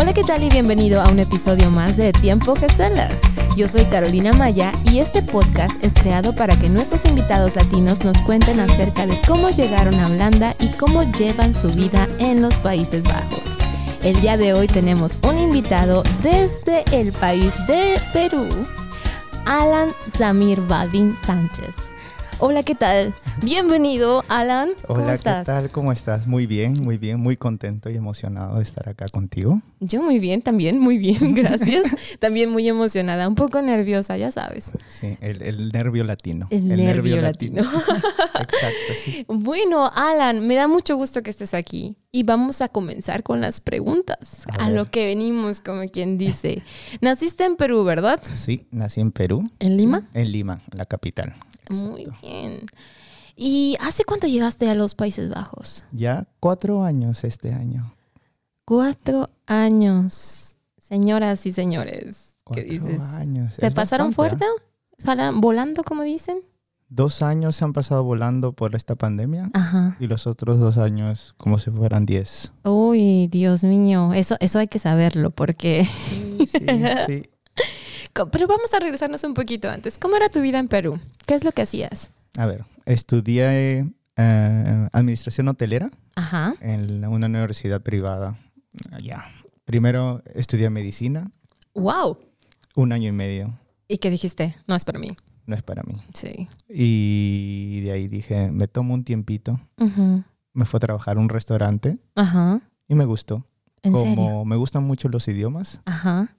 Hola, ¿qué tal? Y bienvenido a un episodio más de Tiempo Gesela. Yo soy Carolina Maya y este podcast es creado para que nuestros invitados latinos nos cuenten acerca de cómo llegaron a Holanda y cómo llevan su vida en los Países Bajos. El día de hoy tenemos un invitado desde el país de Perú, Alan Samir Balvin Sánchez. Hola, ¿qué tal? Bienvenido, Alan. ¿Cómo estás? ¿Qué tal? ¿Cómo estás? Muy bien, muy contento y emocionado de estar acá contigo. Yo muy bien, también muy bien, gracias. También muy emocionada, un poco nerviosa, ya sabes. Sí, el nervio latino. El nervio latino. Exacto, sí. Bueno, Alan, me da mucho gusto que estés aquí y vamos a comenzar con las preguntas. A lo que venimos, como quien dice. Naciste en Perú, ¿verdad? Sí, nací en Perú. ¿En Lima? Sí, en Lima, la capital. Exacto. Muy bien. ¿Y hace cuánto llegaste a los Países Bajos? Ya 4 años este año. 4 años. Señoras y señores, ¿qué 4 dices? años. ¿Se Es pasaron bastante, fuerte? ¿Volando, como dicen? 2 años se han pasado volando por esta pandemia Ajá. y los otros 2 años como si fueran 10. Uy, Dios mío, eso hay que saberlo porque... Sí. Pero vamos a regresarnos un poquito antes. ¿Cómo era tu vida en Perú? ¿Qué es lo que hacías? A ver, estudié administración hotelera. Ajá. En una universidad privada. Ya. Primero estudié medicina. ¡Wow! 1 año y medio. ¿Y qué dijiste? No es para mí. No es para mí. Sí. Y de ahí dije, me tomo un tiempito. Uh-huh. Me fui a trabajar a un restaurante Ajá. y me gustó. ¿En Como serio? me gustan mucho los idiomas Ajá.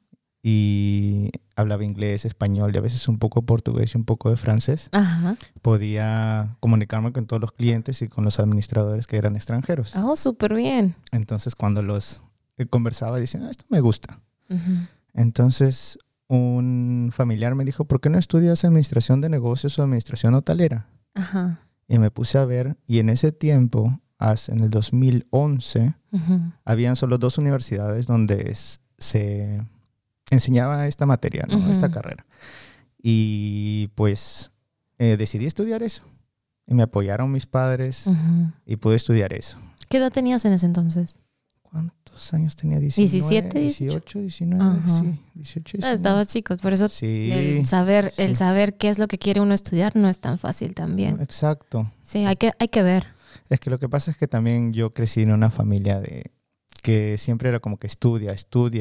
y hablaba inglés, español y a veces un poco portugués y un poco de francés, Ajá. podía comunicarme con todos los clientes y con los administradores que eran extranjeros. Oh, súper bien. Entonces cuando los conversaba decían, esto me gusta. Uh-huh. Entonces un familiar me dijo, ¿por qué no estudias administración de negocios o administración hotelera? Ajá. Y me puse a ver y en ese tiempo, en el 2011, Uh-huh. habían solo 2 universidades donde se enseñaba esta materia, ¿no? Uh-huh. Esta carrera. Y pues decidí estudiar eso. Y me apoyaron mis padres Uh-huh. y pude estudiar eso. ¿Qué edad tenías en ese entonces? ¿Cuántos años tenía? 19, 17, 18, 19, Ajá. sí, 18, 19. Estabas chico, por eso Sí, el saber sí. qué es lo que quiere uno estudiar no es tan fácil también. Exacto. Sí, hay que ver. Es que lo que pasa es que también yo crecí en una familia que siempre era como que estudia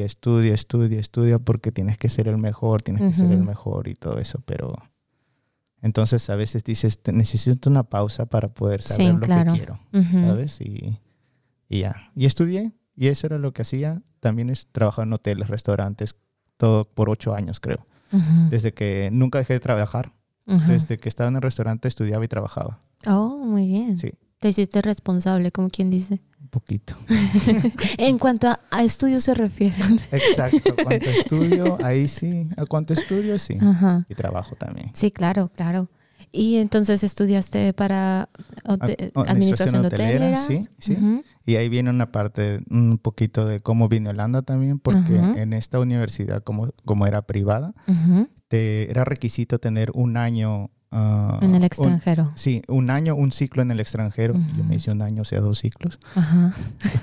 porque tienes que ser el mejor, tienes que ser el Ujú. mejor y todo eso, pero entonces a veces dices, necesito una pausa para poder saber Sí, lo claro. que quiero, Ujú. ¿sabes? Y ya. Y estudié y eso era lo que hacía. También trabajaba en hoteles, restaurantes, todo por 8 años creo. Ujú. Desde que nunca dejé de trabajar, Ujú. desde que estaba en el restaurante estudiaba y trabajaba. Oh, muy bien. Sí, Te hiciste responsable, como quien dice. un poquito. En cuanto a estudios se refieren. Exacto, cuanto estudio, ahí sí, a cuanto estudio, sí. Ajá. Y trabajo también. Sí, claro. Y entonces estudiaste para administración de hotelera. sí. Ujú. Y ahí viene una parte, un poquito de cómo vine a Holanda también, porque Ajá. en esta universidad, como era privada, Ujú. era requisito tener 1 año... En el extranjero. Sí, 1 año, un ciclo en el extranjero. Ujú. Yo me hice 1 año, o sea, 2 ciclos. Ajá.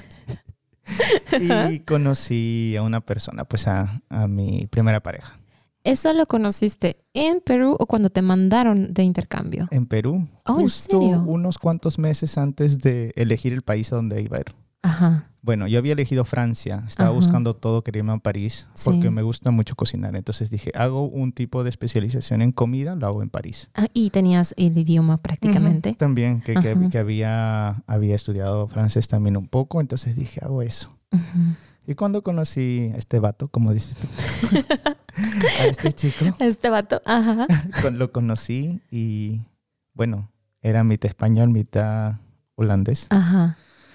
Y conocí a una persona, pues a mi primera pareja. ¿Eso lo conociste en Perú o cuando te mandaron de intercambio? En Perú, Oh, ¿en justo serio? unos cuantos meses antes de elegir el país a donde iba a ir. Ajá. Bueno, yo había elegido Francia, estaba Ajá. buscando todo, quería irme a París, porque Sí. me gusta mucho cocinar. Entonces dije, hago un tipo de especialización en comida, lo hago en París. Ah, y tenías el idioma prácticamente. Ujú. También, que Ajá. había estudiado francés también un poco, entonces dije, hago eso. Ujú. Y cuando conocí a este vato, como dices tú, a este chico, Este vato, ajá. lo conocí y, bueno, era mitad español, mitad holandés. Ajá.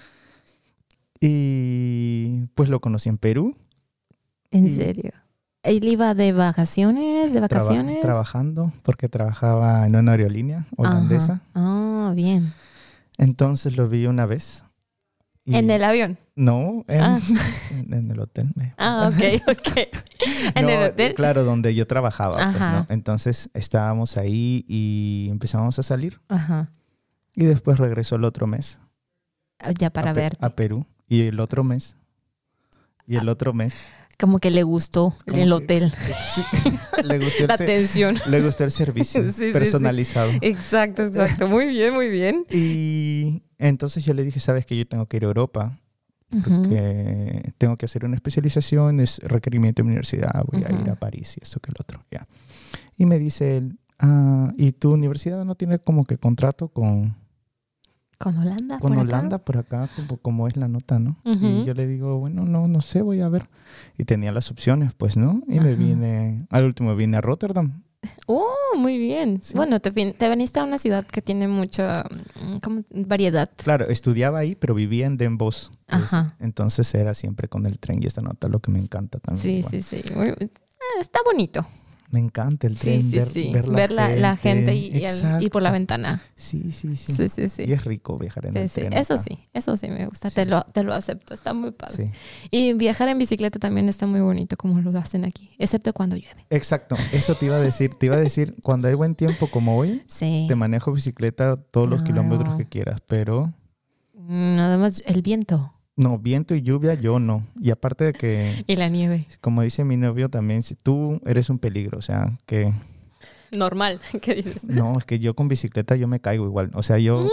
Y pues lo conocí en Perú. ¿En Y serio? ¿Él iba de vacaciones? ¿De vacaciones? trabajando, porque trabajaba en una aerolínea holandesa. Ah, bien. Entonces lo vi una vez. Y ¿En el avión? No, Ah. en el hotel. Ah, ok. ¿En No, el hotel? claro, donde yo trabajaba. Pues, Ajá. ¿no? Entonces estábamos ahí y empezamos a salir. Ajá. Y después regresó el otro mes Ya para verte. a Perú. Y el otro mes Y el otro mes... Como que le gustó el hotel. Sí, le gustó la atención. Le gustó el servicio personalizado. Sí. Exacto. Muy bien. Y entonces yo le dije, ¿sabes qué? Yo tengo que ir a Europa porque tengo que hacer una especialización, es requerimiento de mi universidad, voy a ir a París y esto que el otro. Ya. Y me dice él, ¿y tu universidad no tiene como que contrato con Holanda? Con Holanda por acá, como es la nota, ¿no? Y yo le digo, bueno, no sé, voy a ver. Y tenía las opciones, pues, ¿no? Y me vine, al último vine a Rotterdam. ¡Oh, muy bien! Sí. Bueno, te viniste a una ciudad que tiene mucha variedad. Claro, estudiaba ahí, pero vivía en Den Bosch. Entonces era siempre con el tren y esta nota, lo que me encanta también. Sí. Está bonito. Me encanta el tren, ver la gente y por la ventana. Sí. Sí. Y es rico viajar en el tren. Eso sí me gusta, te lo acepto, está muy padre. Sí. Y viajar en bicicleta también está muy bonito como lo hacen aquí, excepto cuando llueve. Exacto, eso te iba a decir, cuando hay buen tiempo como hoy, te manejo bicicleta todos los kilómetros que quieras, pero... Nada más el viento. No, viento y lluvia yo no. Y aparte de que... Y la nieve. Como dice mi novio también, si tú eres un peligro, o sea, que... Normal, ¿qué dices? No, es que yo con bicicleta yo me caigo igual. O sea, yo...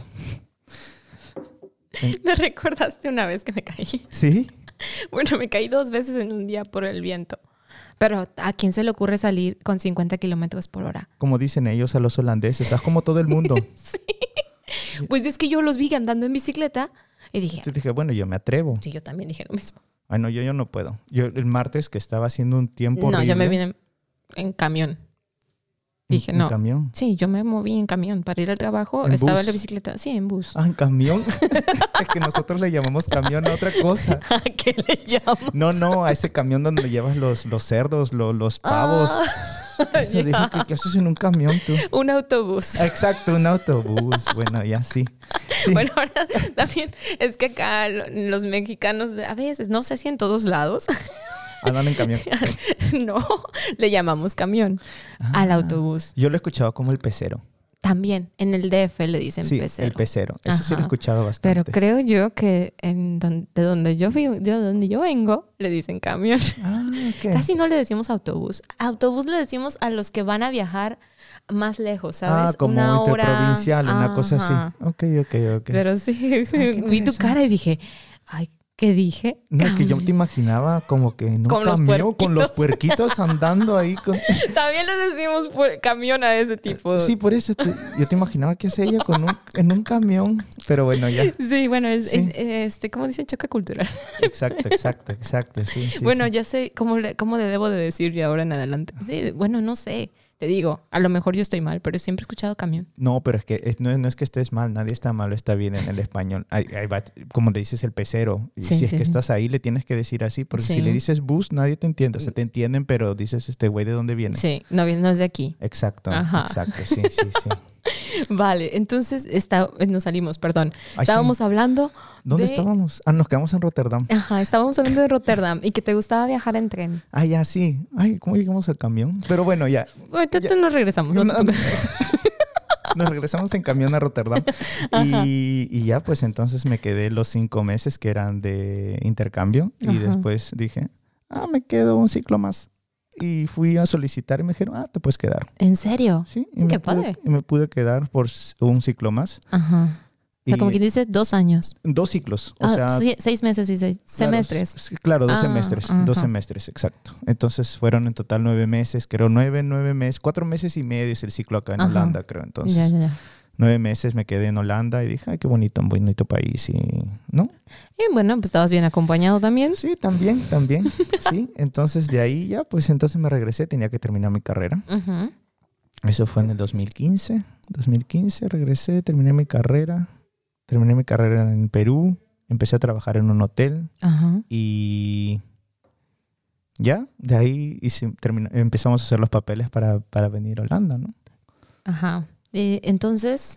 Me recordaste una vez que me caí. ¿Sí? Bueno, me caí 2 veces en un día por el viento. Pero ¿a quién se le ocurre salir con 50 kilómetros por hora? Como dicen ellos a los holandeses, haz como todo el mundo. Sí. Pues es que yo los vi andando en bicicleta y dije... Te dije, bueno, yo me atrevo. Sí, yo también dije lo mismo. Ay, no, yo no puedo. Yo el martes que estaba haciendo un tiempo horrible... No, yo me vine en camión. Dije, no. ¿En camión? Sí, yo me moví en camión para ir al trabajo. Estaba en la bicicleta. Sí, en bus. Ah, ¿en camión? Es que nosotros le llamamos camión a otra cosa. ¿A qué le llamamos? No, a ese camión donde llevas los cerdos, los pavos. Eso dije, ¿qué haces en un camión tú? Un autobús. Exacto, un autobús. Bueno, ya sí. Bueno, ahora también es que acá los mexicanos a veces, no sé si en todos lados... Andan en camión. No, le llamamos camión al autobús. Yo lo he escuchado como el pecero. También, en el DF le dicen pecero. Sí, el pecero. Eso sí lo he escuchado bastante. Pero creo yo que de donde yo vengo, le dicen camión. Okay. Casi no le decimos autobús. Autobús le decimos a los que van a viajar más lejos, ¿sabes? Como una hora. Interprovincial, una cosa así. Ok. Pero sí, vi tu cara y dije, ay, ¿qué dije? No, es que yo te imaginaba como que en un camión con los puerquitos andando ahí. También les decimos camión a ese tipo. Sí, por eso yo te imaginaba que hacía ella en un camión. Pero bueno, ya. Sí, bueno, ¿cómo dicen? Choque cultural. Exacto. Sí, bueno, ya sé cómo le debo de decir de ahora en adelante. Sí, bueno, no sé. Te digo, a lo mejor yo estoy mal, pero siempre he escuchado camión. No, pero es que no es que estés mal, nadie está mal, está bien en el español. Ahí va, como le dices el pecero. Y si es que estás ahí, le tienes que decir así, porque si le dices bus, nadie te entiende. O sea, te entienden, pero dices, este güey, ¿de dónde viene? Sí, no es de aquí. Exacto, sí. Vale, entonces nos salimos, perdón. Estábamos hablando ¿Dónde estábamos? Nos quedamos en Rotterdam. Estábamos hablando de Rotterdam y que te gustaba viajar en tren. Ya, sí. Ay, ¿cómo llegamos al camión? Pero bueno, ya. Ahorita nos regresamos. Nos regresamos en camión a Rotterdam. Y ya, pues entonces me quedé los 5 meses que eran de intercambio. Y después dije, me quedo un ciclo más. Y fui a solicitar y me dijeron, te puedes quedar. ¿En serio? Sí. Qué padre. Y me pude quedar por un ciclo más. Ajá. O sea, como quien dice, 2 años. 2 ciclos. O sea, 6 meses y 6 semestres. Claro, 2 semestres. 2 semestres, exacto. Entonces fueron en total 9 meses. Creo 9 meses. 4 meses y medio es el ciclo acá en Holanda, creo. Entonces, ya. 9 meses me quedé en Holanda y dije, ay, qué bonito, un bonito país. ¿No? Y bueno, pues estabas bien acompañado también. Sí, también. Sí, entonces de ahí ya, pues entonces me regresé. Tenía que terminar mi carrera. Eso fue en el 2015. 2015 regresé, terminé mi carrera. Terminé mi carrera en Perú, empecé a trabajar en un hotel y ya, de ahí empezamos a hacer los papeles para venir a Holanda, ¿no? Ajá. Entonces,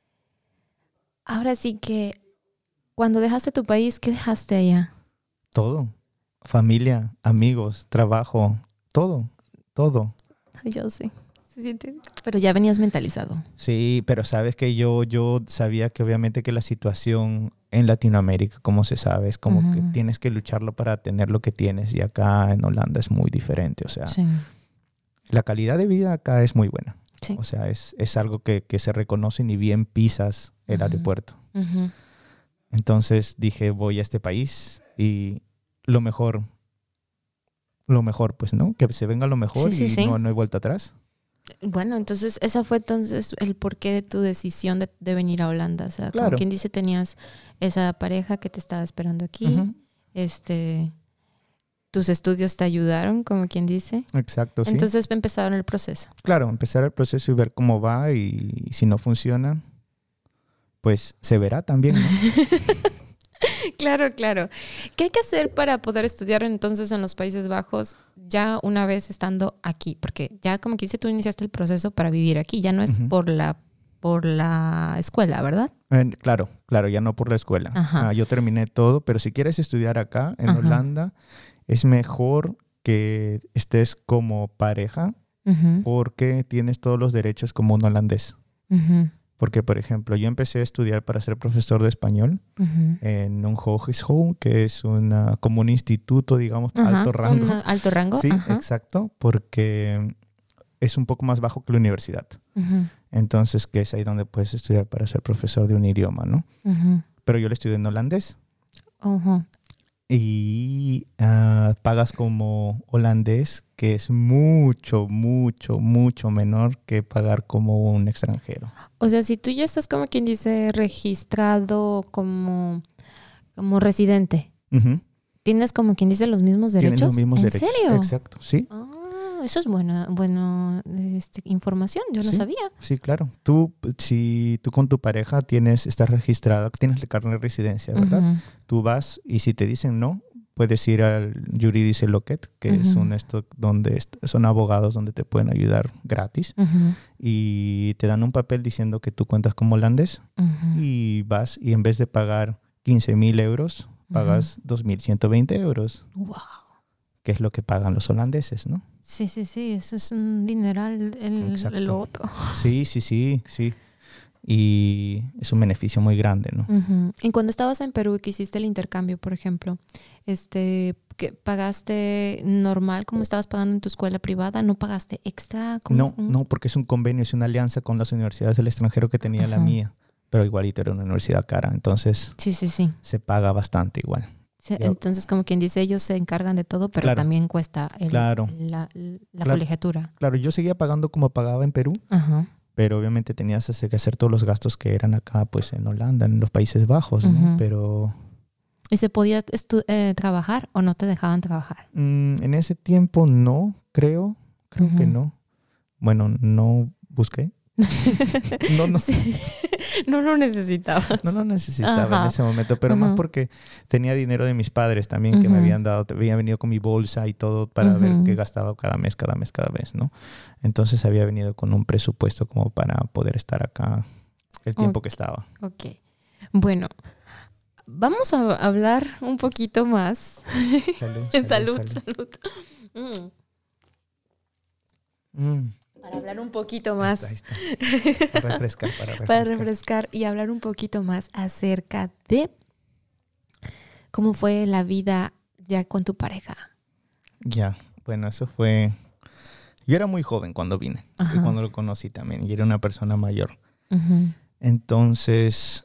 ahora sí que cuando dejaste tu país, ¿qué dejaste allá? Todo. Familia, amigos, trabajo, todo. Yo sí. se siente. Pero ya venías mentalizado. Sí, pero sabes que yo sabía que obviamente que la situación en Latinoamérica, como se sabe, es como que tienes que lucharlo para tener lo que tienes. Y acá en Holanda es muy diferente. O sea, la calidad de vida acá es muy buena. Sí. O sea, es algo que se reconoce ni bien pisas el aeropuerto. Entonces dije, voy a este país y lo mejor, pues, ¿no? Que se venga lo mejor no hay vuelta atrás. Bueno, entonces esa fue entonces el porqué de tu decisión de venir a Holanda. O sea, como quien dice, tenías esa pareja que te estaba esperando aquí. Tus estudios te ayudaron, como quien dice. Exacto, sí. Entonces empezaron el proceso. Claro, empezar el proceso y ver cómo va, y si no funciona, pues se verá también, ¿no? Claro. ¿Qué hay que hacer para poder estudiar entonces en los Países Bajos ya una vez estando aquí? Porque ya, como que dice, tú iniciaste el proceso para vivir aquí. Ya no es por la escuela, ¿verdad? Claro, ya no por la escuela. Yo terminé todo, pero si quieres estudiar acá en Holanda, es mejor que estés como pareja porque tienes todos los derechos como un holandés. Porque, por ejemplo, yo empecé a estudiar para ser profesor de español en un hogeschool, que es como un instituto, digamos, alto rango. ¿Alto rango? Sí, exacto, porque es un poco más bajo que la universidad. Entonces, que es ahí donde puedes estudiar para ser profesor de un idioma, ¿no? Pero yo lo estudié en holandés. Y pagas como holandés, que es mucho menor que pagar como un extranjero. O sea, si tú ya estás, como quien dice, registrado como residente, ¿tienes, como quien dice, los mismos derechos? Tienes los mismos derechos. ¿En serio? Exacto, sí. Eso es buena información, yo no sabía. Sí, claro. Si tú con tu pareja estás registrado, tienes el carnet de residencia, ¿verdad? Tú vas y si te dicen no, puedes ir al Juridische Loket, que es donde son abogados donde te pueden ayudar gratis, y te dan un papel diciendo que tú cuentas como holandés, y vas y en vez de pagar 15,000 euros, pagas 2,120 euros. ¡Wow! Que es lo que pagan los holandeses, ¿no? Sí, eso es un dineral el otro. Sí. Y es un beneficio muy grande, ¿no? Y cuando estabas en Perú y que hiciste el intercambio, por ejemplo, ¿que pagaste normal como estabas pagando en tu escuela privada? ¿No pagaste extra? No, porque es un convenio, es una alianza con las universidades del extranjero que tenía la mía, pero igualito era una universidad cara, entonces se paga bastante igual. Entonces, como quien dice, ellos se encargan de todo, pero también cuesta la colegiatura. Claro, yo seguía pagando como pagaba en Perú, pero obviamente tenías que hacer todos los gastos que eran acá, pues en Holanda, en los Países Bajos, ¿no? Pero... ¿Y se podía trabajar o no te dejaban trabajar? En ese tiempo no, creo que no. Bueno, no busqué. No. Sí. No lo necesitabas. No lo necesitaba en ese momento, pero más porque tenía dinero de mis padres también que me habían dado, había venido con mi bolsa y todo para ver qué gastaba cada mes, ¿no? Entonces había venido con un presupuesto como para poder estar acá el tiempo que estaba. Ok. Bueno, vamos a hablar un poquito más. Salud. Para hablar un poquito más. Ahí está. Para refrescar y hablar un poquito más acerca de cómo fue la vida ya con tu pareja. Ya, bueno, eso fue... Yo era muy joven cuando vine y cuando lo conocí también. Y era una persona mayor. Entonces,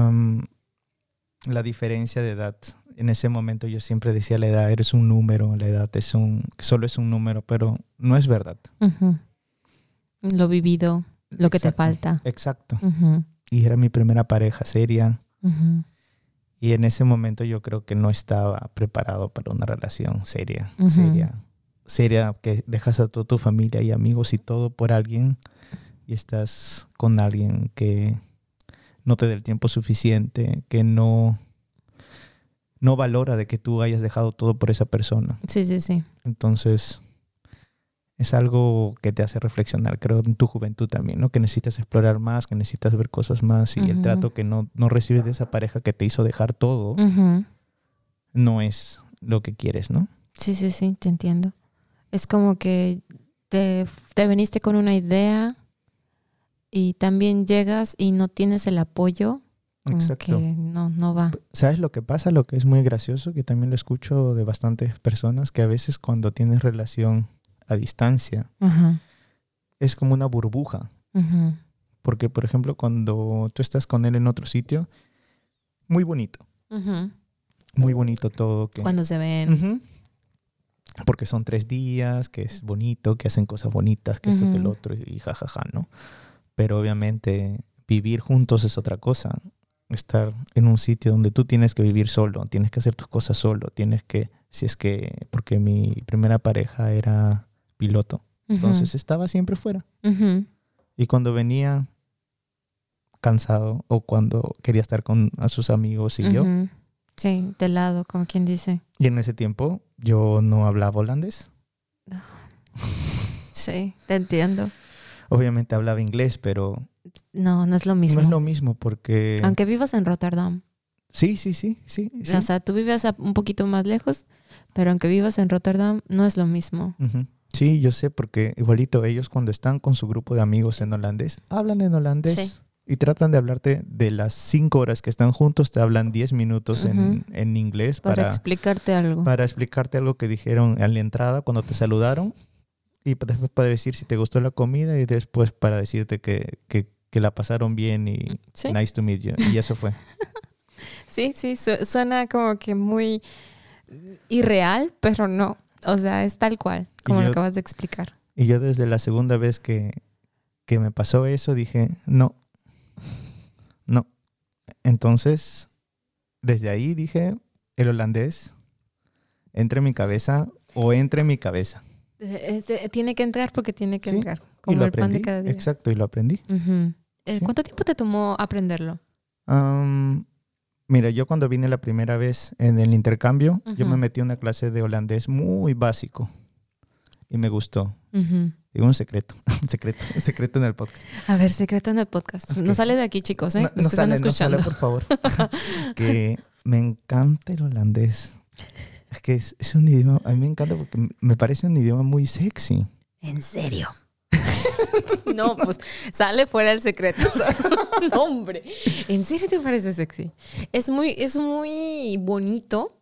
la diferencia de edad... En ese momento yo siempre decía, la edad eres un número, la edad solo es un número, pero no es verdad. Lo vivido, lo que te falta. Exacto. Y era mi primera pareja seria. Y en ese momento yo creo que no estaba preparado para una relación seria, que dejas a toda tu familia y amigos y todo por alguien y estás con alguien que no te dé el tiempo suficiente, que no valora de que tú hayas dejado todo por esa persona. Sí. Entonces... es algo que te hace reflexionar, creo, en tu juventud también, ¿no? Que necesitas explorar más, que necesitas ver cosas más y el trato que no recibes de esa pareja que te hizo dejar todo no es lo que quieres, ¿no? Sí, te entiendo. Es como que te viniste con una idea y también llegas y no tienes el apoyo. Exacto. Que no va. ¿Sabes lo que pasa? Lo que es muy gracioso, que también lo escucho de bastantes personas, que a veces cuando tienes relación a distancia, Ajá. es como una burbuja. Ajá. Porque, por ejemplo, cuando tú estás con él en otro sitio, muy bonito. Ajá. Muy bonito todo. Que... Cuando se ven. Ujú. Porque son 3 días, que es bonito, que hacen cosas bonitas, que esto, que el otro, y jajaja, ¿no? Pero obviamente vivir juntos es otra cosa. Estar en un sitio donde tú tienes que vivir solo, tienes que hacer tus cosas solo, tienes que, porque mi primera pareja era piloto, entonces estaba siempre fuera. Uh-huh. Y cuando venía cansado o cuando quería estar con a sus amigos y yo. Sí, de lado, como quien dice. Y en ese tiempo yo no hablaba holandés. Sí, te entiendo. Obviamente hablaba inglés, pero... No es lo mismo. No es lo mismo porque... Aunque vivas en Rotterdam. Sí. O sea, tú vives un poquito más lejos, pero aunque vivas en Rotterdam, no es lo mismo. Uh-huh. Sí, yo sé, porque igualito ellos cuando están con su grupo de amigos en holandés, hablan en holandés. Sí. Y tratan de hablarte de las 5 horas que están juntos, te hablan 10 minutos en inglés para explicarte algo. Para explicarte algo que dijeron en la entrada cuando te saludaron. Y después para decir si te gustó la comida y después para decirte que la pasaron bien y ¿sí? Nice to meet you. Y eso fue. Sí, suena como que muy irreal, pero no. O sea, es tal cual, como lo acabas de explicar. Y yo desde la segunda vez que me pasó eso dije, no. Entonces, desde ahí dije, el holandés entre en mi cabeza o entre en mi cabeza. Tiene que entrar porque tiene que entrar. Como y lo el aprendí, pan de cada día. Exacto, y lo aprendí. Uh-huh. ¿Sí? ¿Cuánto tiempo te tomó aprenderlo? Mira, yo cuando vine la primera vez en el intercambio, yo me metí a una clase de holandés muy básico y me gustó. Digo un secreto en el podcast. A ver, secreto en el podcast. Okay. No sale de aquí, chicos, ¿eh? Los que están escuchando. No sale, por favor. Que me encanta el holandés. Es que es un idioma, a mí me encanta porque me parece un idioma muy sexy. ¿En serio? No, pues sale fuera el secreto. No, hombre. ¿En serio te parece sexy? Es muy bonito.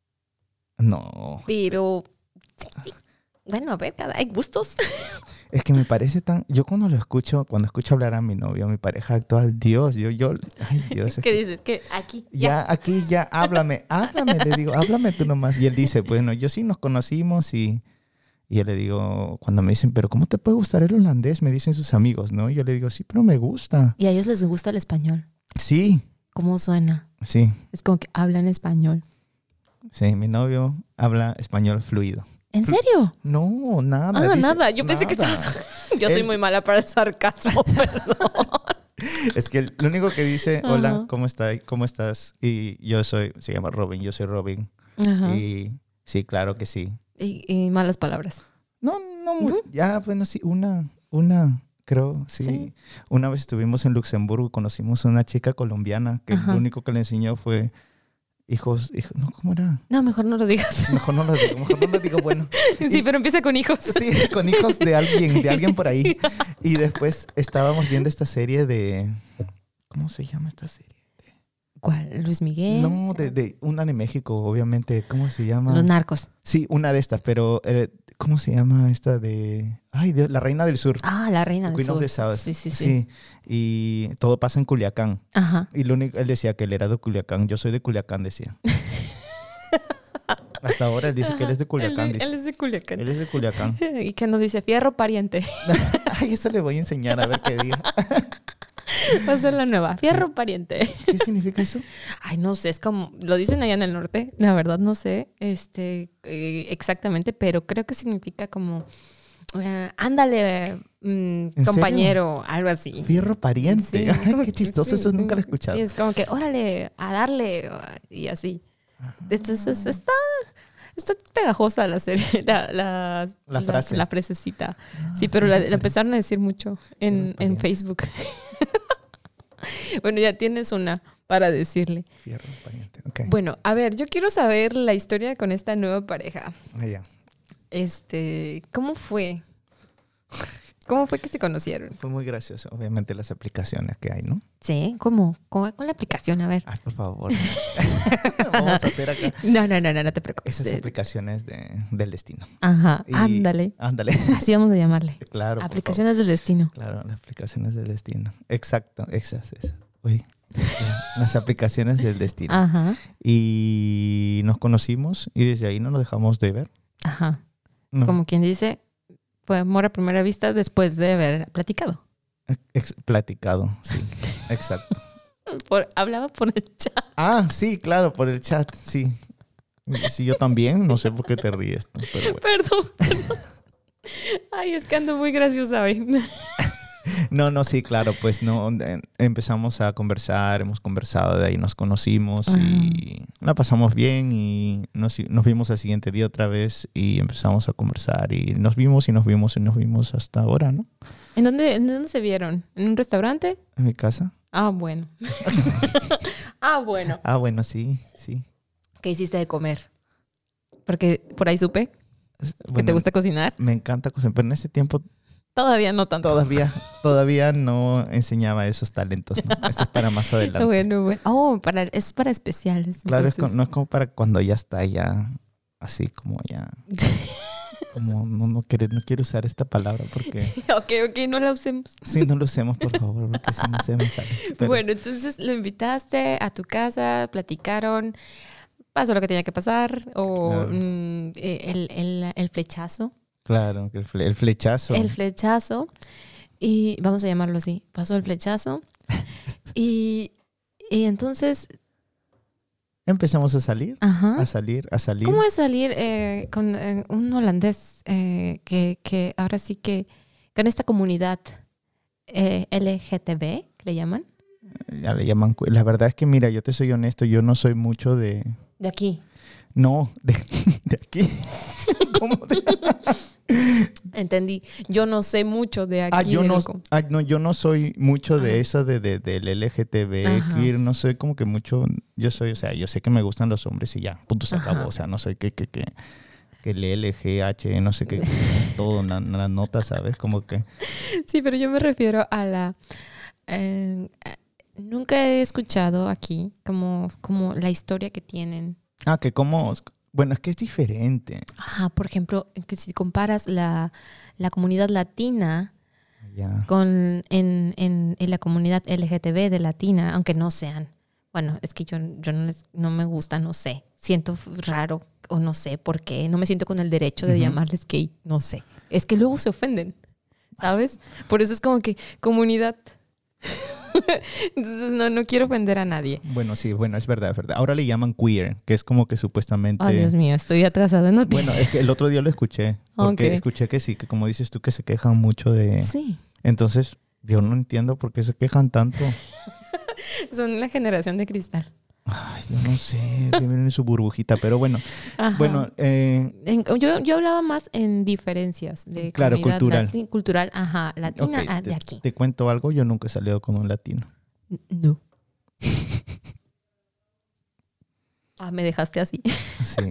No. Pero sexy. Bueno, a ver, hay gustos. Es que me parece tan... Yo cuando escucho hablar a mi novio, a mi pareja actual, Dios, ay, Dios. ¿Qué dices? Que aquí, aquí, háblame, le digo, háblame tú nomás. Y él dice, bueno, yo sí nos conocimos y yo le digo, cuando me dicen, pero ¿cómo te puede gustar el holandés? Me dicen sus amigos, ¿no? Y yo le digo, sí, pero me gusta. ¿Y a ellos les gusta el español? Sí. ¿Cómo suena? Sí. Es como que hablan español. Sí, mi novio habla español fluido. ¿En serio? No, nada. Ah, nada. Yo pensé que estabas... Yo soy muy mala para el sarcasmo, perdón. Es que lo único que dice, hola, ¿cómo estás? Y se llama Robin, yo soy Robin. Ajá. Y sí, claro que sí. ¿Y malas palabras? No, ya, bueno, sí, una, creo, sí. Una vez estuvimos en Luxemburgo y conocimos a una chica colombiana que lo único que le enseñó fue... Hijos, no, ¿cómo era? No, mejor no lo digas. Mejor no lo digo, bueno. Sí, pero empieza con hijos. Sí, con hijos de alguien por ahí. Y después estábamos viendo esta serie de... ¿Cómo se llama esta serie? ¿Cuál? ¿Luis Miguel? No, de una de México, obviamente. ¿Cómo se llama? Los Narcos. Sí, una de estas, pero... ¿Cómo se llama esta de...? Ay, Dios, La Reina del Sur. Ah, La Reina del Queen Sur. of the South. Sí. Y todo pasa en Culiacán. Ajá. Y él decía que él era de Culiacán. Yo soy de Culiacán, decía. Hasta ahora él dice que él es de Culiacán. Él es de Culiacán. Él es de Culiacán. Y que no dice fierro pariente. Ay, eso le voy a enseñar a ver qué diga. Va a ser la nueva. Fierro pariente. ¿Qué significa eso? Ay, no sé, es como, lo dicen allá en el norte, la verdad no sé exactamente, pero creo que significa como, ándale, compañero, algo así. Fierro pariente. Sí, ay, qué chistoso, eso nunca lo he escuchado. Sí, es como que, órale, a darle, y así. Entonces, está pegajosa la serie, la frase. La frasecita. Sí, pero la empezaron a decir mucho en Facebook. Bueno, ya tienes una para decirle. Fierro pariente, okay. Bueno, a ver, yo quiero saber la historia con esta nueva pareja. Ya. ¿Cómo fue? ¿Cómo fue que se conocieron? Fue muy gracioso. Obviamente las aplicaciones que hay, ¿no? Sí, ¿cómo? ¿Con la aplicación? A ver. Ay, por favor. Vamos a hacer acá. No te preocupes. Esas aplicaciones del destino. Ajá, ándale. Así vamos a llamarle. Claro. Aplicaciones del destino. Claro, las aplicaciones del destino. Exacto, esas. Uy, las aplicaciones del destino. Ajá. Y nos conocimos y desde ahí no nos dejamos de ver. Ajá. No. Como quien dice, fue amor a primera vista después de haber platicado. Platicado, sí. Exacto. Hablaba por el chat. Ah, sí, claro, por el chat, sí. Sí, yo también, no sé por qué te ríes tú, pero bueno. Perdón. Ay, es que ando muy graciosa hoy. No, sí, claro, pues no, empezamos a conversar, hemos conversado, de ahí nos conocimos y la pasamos bien y nos vimos al siguiente día otra vez y empezamos a conversar y nos vimos hasta ahora, ¿no? ¿En dónde se vieron? ¿En un restaurante? En mi casa. Ah, bueno. Ah, bueno, sí. ¿Qué hiciste de comer? Porque por ahí supe que te gusta cocinar. Me encanta cocinar, pero en ese tiempo todavía no tanto. Todavía no enseñaba esos talentos, ¿no? Eso es para más adelante. Bueno. Oh, es para especiales. Claro, no es como para cuando ya está ya así como ya. Como no quiero usar esta palabra porque... Ok, no la usemos. Sí, no lo usemos, por favor, porque si no se me sale. Pero... Bueno, entonces lo invitaste a tu casa, platicaron, pasó lo que tenía que pasar, o claro. El flechazo. Claro, el flechazo. El flechazo, y vamos a llamarlo así, pasó el flechazo, y entonces... Empezamos a salir, Ajá. a salir. ¿Cómo es salir con un holandés que ahora sí que con esta comunidad LGTB, le llaman? Ya le llaman. La verdad es que, mira, yo te soy honesto, yo no soy mucho de... De aquí. No, de aquí. ¿Cómo Entendí. Yo no sé mucho de aquí. Yo no soy mucho de eso del LGTB, queer, no soy como que mucho. Yo sé que me gustan los hombres y ya, punto, se acabó. O sea, no soy que el LGH, no sé qué, todo, las notas, ¿sabes? Como que... Sí, pero yo me refiero a la... nunca he escuchado aquí como la historia que tienen. Que como... Bueno, es que es diferente. Por ejemplo, que si comparas la comunidad latina con en la comunidad LGTB de latina, aunque no sean, bueno, es que yo no me gusta, no sé, siento raro o no sé por qué, no me siento con el derecho de llamarles gay, no sé. Es que luego se ofenden, ¿sabes? Por eso es como que comunidad... Entonces no quiero ofender a nadie. Bueno, sí, es verdad. Ahora le llaman queer, que es como que supuestamente... Oh, Dios mío, estoy atrasada en noticias. Bueno, es que el otro día lo escuché. Porque escuché que sí, que como dices tú, que se quejan mucho de... Sí. Entonces, yo no entiendo por qué se quejan tanto. Son la generación de cristal. Ay, yo no sé, viven en su burbujita, pero bueno. Ajá. Bueno, yo hablaba más en diferencias de claro, cultural, latina de aquí. Te cuento algo, yo nunca he salido con un latino. No. Me dejaste así. Sí.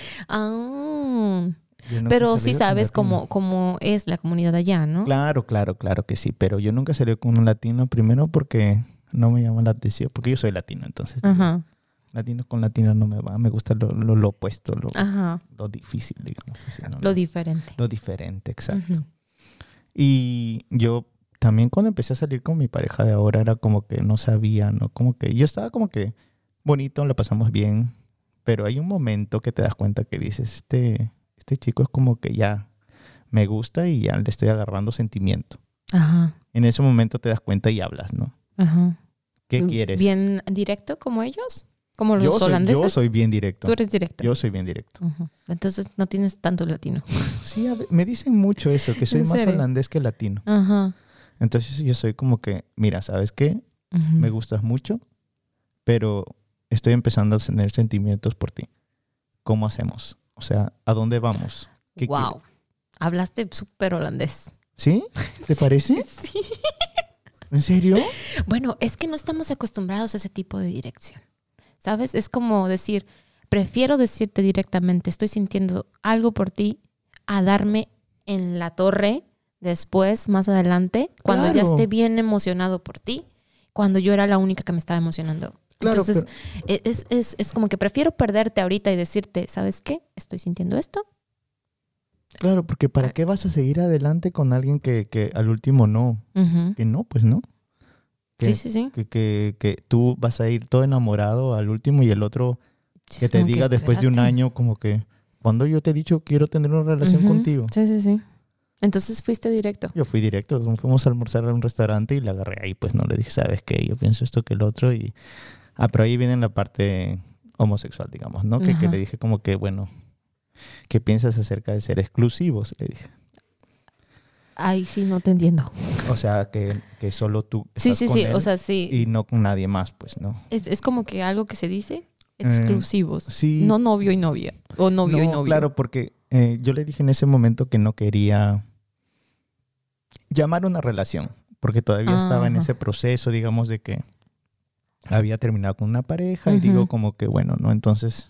Pero sí sabes cómo es la comunidad allá, ¿no? Claro que sí, pero yo nunca salí con un latino, primero porque no me llama la atención, porque yo soy latino, entonces latino con latino no me va, me gusta lo opuesto, lo difícil, digamos así, ¿no? Lo diferente. Lo diferente, exacto. Y yo también cuando empecé a salir con mi pareja de ahora era como que no sabía, ¿no? Como que yo estaba como que bonito, lo pasamos bien, pero hay un momento que te das cuenta que dices, este chico es como que ya me gusta y ya le estoy agarrando sentimiento. Ajá. En ese momento te das cuenta y hablas, ¿no? Ajá. ¿Qué quieres? ¿Bien directo como ellos? ¿Como los holandeses? Yo soy bien directo. ¿Tú eres directo? Yo soy bien directo. Uh-huh. Entonces no tienes tanto latino. Sí, me dicen mucho eso, que soy más holandés que latino. Ajá. Entonces yo soy como que, mira, ¿sabes qué? Me gustas mucho, pero estoy empezando a tener sentimientos por ti. ¿Cómo hacemos? O sea, ¿a dónde vamos? ¿Qué wow. Hablaste súper holandés. ¿Sí? ¿Te parece? Sí. ¿En serio? Bueno, es que no estamos acostumbrados a ese tipo de dirección. ¿Sabes? Es como decir, prefiero decirte directamente, estoy sintiendo algo por ti, a darme en la torre después, más adelante, cuando ya Claro. esté bien emocionado por ti, cuando yo era la única que me estaba emocionando. Claro, Entonces, es como que prefiero perderte ahorita y decirte, ¿sabes qué? Estoy sintiendo esto. Claro, porque ¿para qué vas a seguir adelante con alguien que al último no? Ujú. Que no, pues no. Sí, sí, sí. Que tú vas a ir todo enamorado al último y el otro Sí, que es te como diga después de un espérate. año como que, cuando yo te he dicho quiero tener una relación Ujú. contigo. Sí, sí, sí. Entonces fuiste directo. Yo fui directo, nos fuimos a almorzar a un restaurante y le agarré ahí, pues no le dije, ¿sabes qué? Yo pienso esto que el otro y... pero ahí viene la parte homosexual, digamos, ¿no? Que Ajá. le dije como que, bueno, ¿qué piensas acerca de ser exclusivos? Le dije. Ay, sí, no te entiendo. O sea, que solo tú Sí, estás sí, con sí. él O sea, sí. y no con nadie más, pues, ¿no? Es como que algo que se dice exclusivos. sí. No novio y novia. O novio y novio. Claro, porque yo le dije en ese momento que no quería llamar una relación, porque todavía estaba en Ajá. ese proceso, digamos, de que había terminado con una pareja y Ujú. digo como que, bueno, ¿no? Entonces,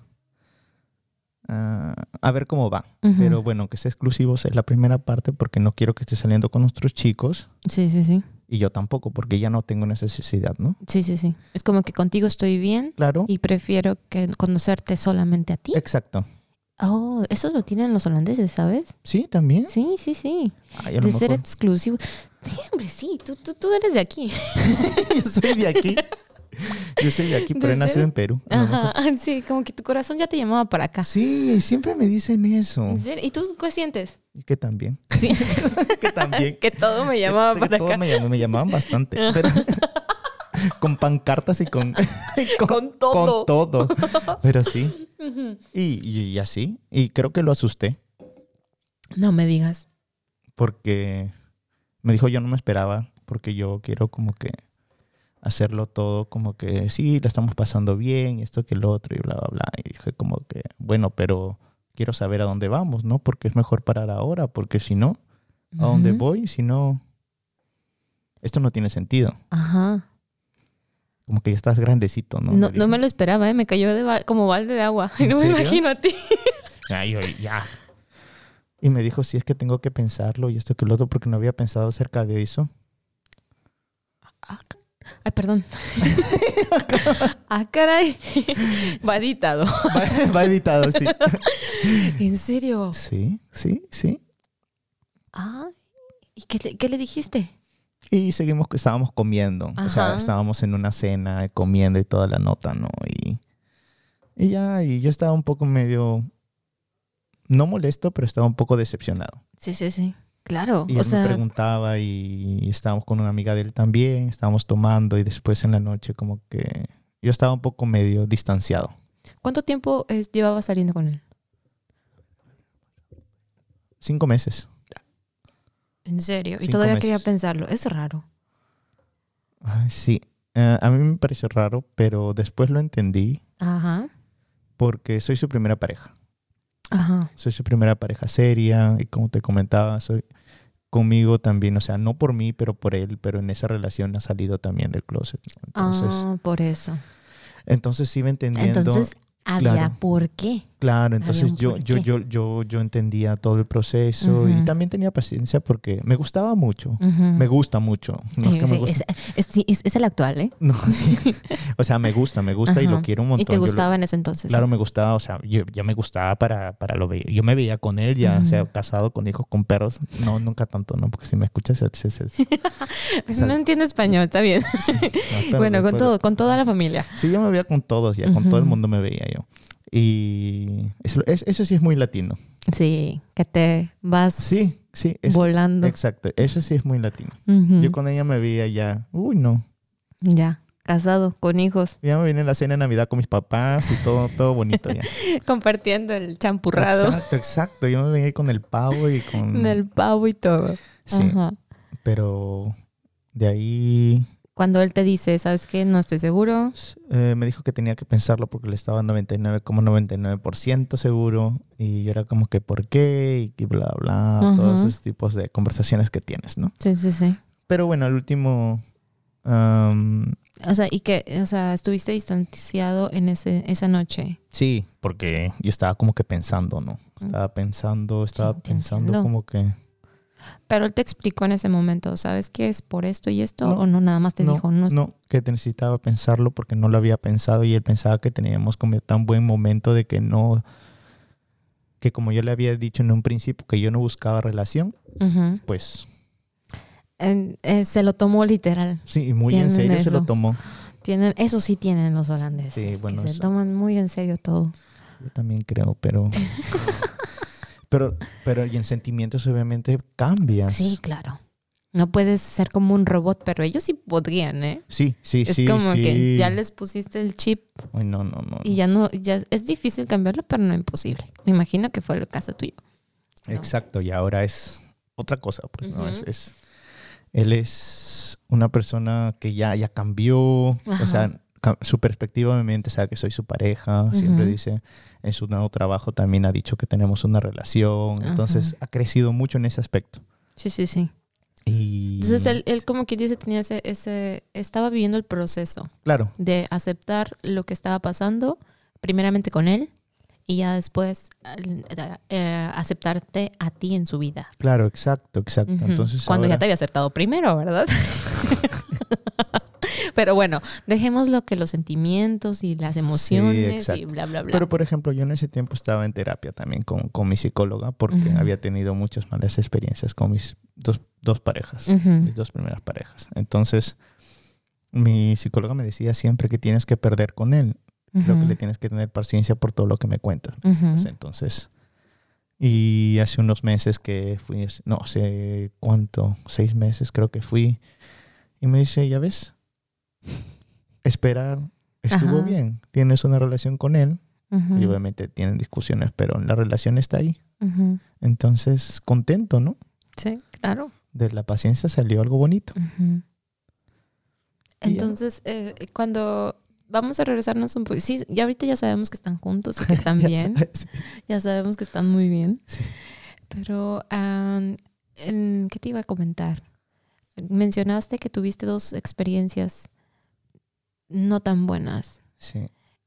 a ver cómo va. Ujú. Pero bueno, que sea exclusivos es la primera parte porque no quiero que esté saliendo con nuestros chicos Sí, sí, sí. y yo tampoco, porque ya no tengo necesidad, ¿no? Sí, sí, sí. Es como que contigo estoy bien Claro. y prefiero que conocerte solamente a ti. Exacto. Oh, eso lo tienen los holandeses, ¿sabes? Sí, también. Sí, sí, sí. Ay, a lo De ser mejor. exclusivo. Sí, hombre, sí. Tú eres de aquí. Yo soy de aquí. Yo soy de aquí, pero ¿De he nacido serio? en Perú. A lo mejor. Ajá. Sí, como que tu corazón ya te llamaba para acá. Sí, siempre me dicen eso. ¿En serio? ¿Y tú qué sientes? Y que también. Sí. Que también. Que todo me llamaba Que para todos acá. me llamaban bastante. Pero- con pancartas y con Con todo. con todo. Pero sí. Ujú. Y así. Y creo que lo asusté No me digas. porque me dijo yo no me esperaba porque yo quiero como que hacerlo todo como que sí, la estamos pasando bien, esto que lo otro y bla, bla, bla. Y dije como que, bueno, pero quiero saber a dónde vamos, ¿no? Porque es mejor parar ahora, porque si no, ¿a dónde Ujú. voy? Si no, esto no tiene sentido. Ajá. Como que ya estás grandecito, ¿no? No, Le no dije. me lo esperaba, ¿eh? Me cayó como balde de agua. ¿En No me serio? imagino a ti. Ay, oye, ya. Y me dijo, sí, es que tengo que pensarlo y esto que lo otro, porque no había pensado acerca de eso. Ay, perdón. Ah, caray. Va editado. Va editado, sí. ¿En serio? Sí, sí, sí. Ay. ¿Y qué le dijiste? Y seguimos que estábamos comiendo. O sea, Ajá. estábamos en una cena comiendo y toda la nota, ¿no? Y ya, y yo estaba un poco medio, no molesto, pero estaba un poco decepcionado. Sí, sí, sí. Claro. Y O él me sea, preguntaba y estábamos con una amiga de él también, estábamos tomando y después en la noche como que yo estaba un poco medio distanciado. ¿cuánto tiempo llevabas saliendo con él? 5 meses. ¿En serio? Y 5 todavía meses. quería pensarlo. Es raro. Ay, sí, a mí me pareció raro, pero después lo entendí Ajá. porque soy su primera pareja. Ajá. Soy su primera pareja seria y como te comentaba, soy conmigo también, o sea, no por mí, pero por él, pero en esa relación ha salido también del closet, ¿no? Por eso. Entonces sí me entendiendo. Entonces, había claro. por qué. Claro, entonces Había un porqué. yo entendía todo el proceso y Ujú. también tenía paciencia porque me gustaba mucho. Ujú. Me gusta mucho. No Sí, es que me sí, guste. sí, es el actual, ¿eh? No, sí. O sea, me gusta y lo Ajá. quiero un montón. ¿Y te Yo lo- gustaba en ese entonces? Claro, me gustaba, o sea, yo ya me gustaba para lo veía. Yo me veía con él ya, o sea, Ujú. casado con hijos, con perros. No, nunca tanto, ¿no? Porque si me escuchas, No entiendo español, está bien. Bueno, con toda la familia. Sí, yo me veía con todos, ya, con todo el Ujú. mundo me veía yo. Y eso sí es muy latino. Sí, que te vas Sí, sí. volando. Exacto, eso sí es muy latino. Ujú. Yo con ella me veía ya, no. Ya, casado, con hijos, Ya me vine a la cena de Navidad con mis papás y todo bonito ya. compartiendo el champurrado, Exacto. Yo me veía ahí con el pavo y con... el pavo y todo. Sí, Ajá. pero de ahí Cuando él te dice, ¿sabes qué? No estoy seguro. me dijo que tenía que pensarlo porque le estaba 99,99% seguro y yo era como que ¿por qué? Y bla, bla, Ajá. todos esos tipos de conversaciones que tienes, ¿no? Sí, sí, sí. Pero bueno, al último... O sea, estuviste distanciado en esa noche. sí, porque yo estaba como que pensando, ¿no? Estaba Sí, te pensando entiendo. como que... Pero él te explicó en ese momento, ¿sabes qué es por esto y esto? No, ¿O no, nada más te dijo? No, que necesitaba pensarlo porque no lo había pensado y él pensaba que teníamos como tan buen momento de que no, que como yo le había dicho en un principio que yo no buscaba relación, pues... se lo tomó literal. Sí, muy en serio eso. Se lo tomó. Eso sí tienen los holandeses. Sí, bueno, que se toman muy en serio todo. Yo también creo, pero... pero y en sentimientos obviamente cambias. Sí, claro. No puedes ser como un robot, pero ellos sí podrían, ¿eh? Sí. Es como que ya les pusiste el chip. Ay, no. Y ya es difícil cambiarlo, pero no imposible. Me imagino que fue el caso tuyo. ¿No? Exacto, y ahora es otra cosa, pues, ¿no? Él es una persona que ya cambió, o sea, su perspectiva obviamente sabe que soy su pareja, siempre dice, en su nuevo trabajo también ha dicho que tenemos una relación, entonces ha crecido mucho en ese aspecto. Sí. Y... Entonces él como que dice, tenía estaba viviendo el proceso. Claro. De aceptar lo que estaba pasando, primeramente con él, y ya después aceptarte a ti en su vida. Claro, exacto. Entonces, cuando ya te había aceptado primero, ¿verdad? Pero bueno, dejemos lo que los sentimientos y las emociones y bla, bla, bla. Pero, por ejemplo, yo en ese tiempo estaba en terapia también con mi psicóloga porque había tenido muchas malas experiencias con mis dos parejas, mis dos primeras parejas. Entonces, mi psicóloga me decía siempre que tienes que perder con él. Creo que le tienes que tener paciencia por todo lo que me cuentas. Entonces, y hace unos meses que fui, no sé cuánto, 6 meses creo que fui, y me dice, ya ves, esperar estuvo bien, tienes una relación con él, y obviamente tienen discusiones, pero la relación está ahí. Entonces, contento, ¿no? Sí, claro. De la paciencia salió algo bonito. Entonces, cuando... Vamos a regresarnos un poco. Sí, ya ahorita ya sabemos que están juntos y que están bien. Ya sabemos que están muy bien. Sí. Pero, ¿qué te iba a comentar? Mencionaste que tuviste 2 experiencias no tan buenas. Sí.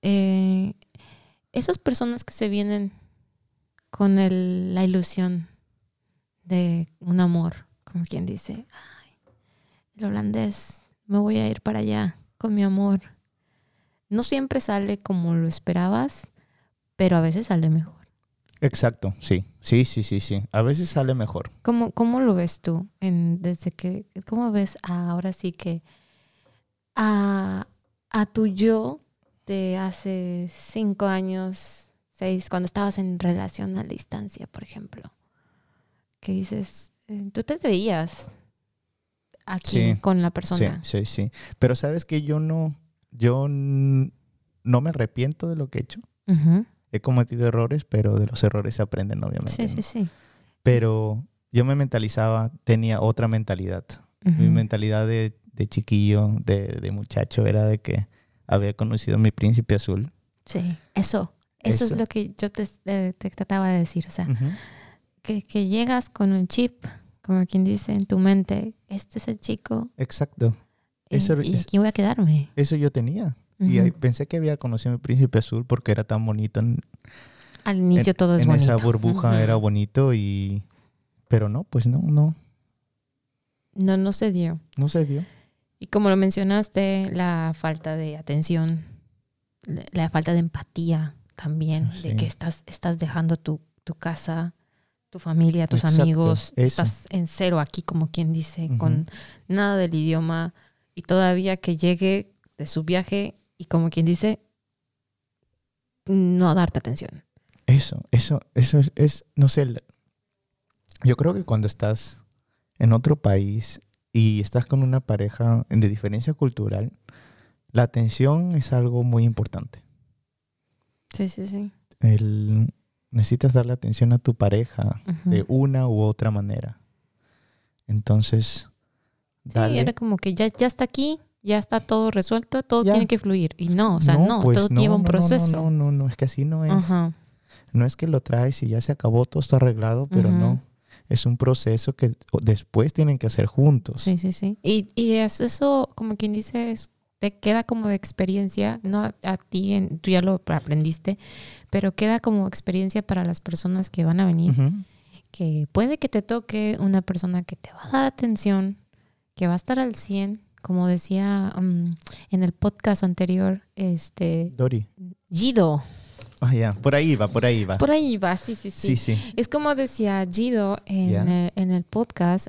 Esas personas que se vienen con la ilusión de un amor, como quien dice, ay, el holandés, me voy a ir para allá con mi amor. No siempre sale como lo esperabas, pero a veces sale mejor. Exacto, sí. A veces sale mejor. ¿Cómo lo ves tú? ¿Cómo ves ahora sí que a tu yo de hace 5 años, 6, cuando estabas en relación a la distancia, por ejemplo? Que dices, tú te veías aquí con la persona. Sí. Pero sabes que yo no me arrepiento de lo que he hecho. He cometido errores, pero de los errores se aprenden, obviamente. Sí. Pero yo me mentalizaba, tenía otra mentalidad. Mi mentalidad de chiquillo, de muchacho, era de que había conocido a mi príncipe azul. Sí, eso es lo que yo te trataba de decir. O sea, que llegas con un chip, como quien dice, en tu mente, este es el chico. Exacto. Y aquí voy a quedarme. Eso yo tenía. Y pensé que había conocido a mi príncipe azul porque era tan bonito. Al inicio todo es bonito. En esa burbuja era bonito pero no, pues no. No se dio. No se dio. Y como lo mencionaste, la falta de atención, la falta de empatía también, de que estás dejando tu casa, tu familia, tus amigos, estás en cero aquí, como quien dice, con nada del idioma, y todavía que llegue de su viaje y como quien dice, no darte atención. Eso es, no sé, yo creo que cuando estás en otro país y estás con una pareja de diferencia cultural, la atención es algo muy importante. Sí. Necesitas darle atención a tu pareja de una u otra manera. Entonces, dale. Sí, era como que ya está aquí, ya está todo resuelto, todo tiene que fluir. Y no, o sea, todo lleva un proceso. No, es que así no es. No es que lo traes y ya se acabó, todo está arreglado, pero no. Es un proceso que después tienen que hacer juntos. Sí. Y es eso, como quien dice, te queda como de experiencia, no a ti, tú ya lo aprendiste, pero queda como experiencia para las personas que van a venir, que puede que te toque una persona que te va a dar atención, que va a estar al 100, como decía en el podcast anterior, Dori. Gido. Ah, ya. Por ahí va. Por ahí va, sí. Es como decía Gido en el podcast,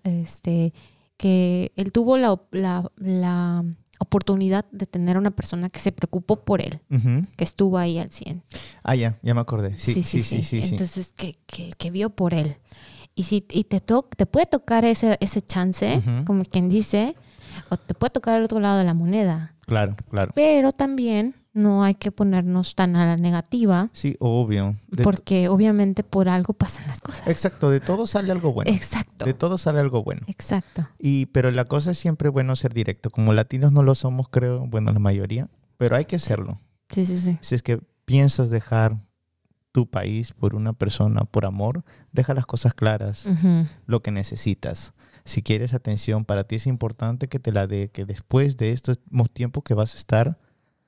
que él tuvo la oportunidad de tener una persona que se preocupó por él, que estuvo ahí al 100. Ah, ya me acordé. Sí. Entonces, que vio por él. Y si te puede tocar ese chance, como quien dice, o te puede tocar el otro lado de la moneda. Claro. Pero también no hay que ponernos tan a la negativa. Sí, obvio. Porque obviamente por algo pasan las cosas. Exacto, de todo sale algo bueno. Exacto. De todo sale algo bueno. Exacto. Pero la cosa es siempre bueno ser directo. Como latinos no lo somos, creo, bueno, la mayoría, pero hay que serlo. Sí. Si es que piensas dejar tu país por una persona, por amor, deja las cosas claras, lo que necesitas. Si quieres atención, para ti es importante que te la dé, que después de estos tiempos que vas a estar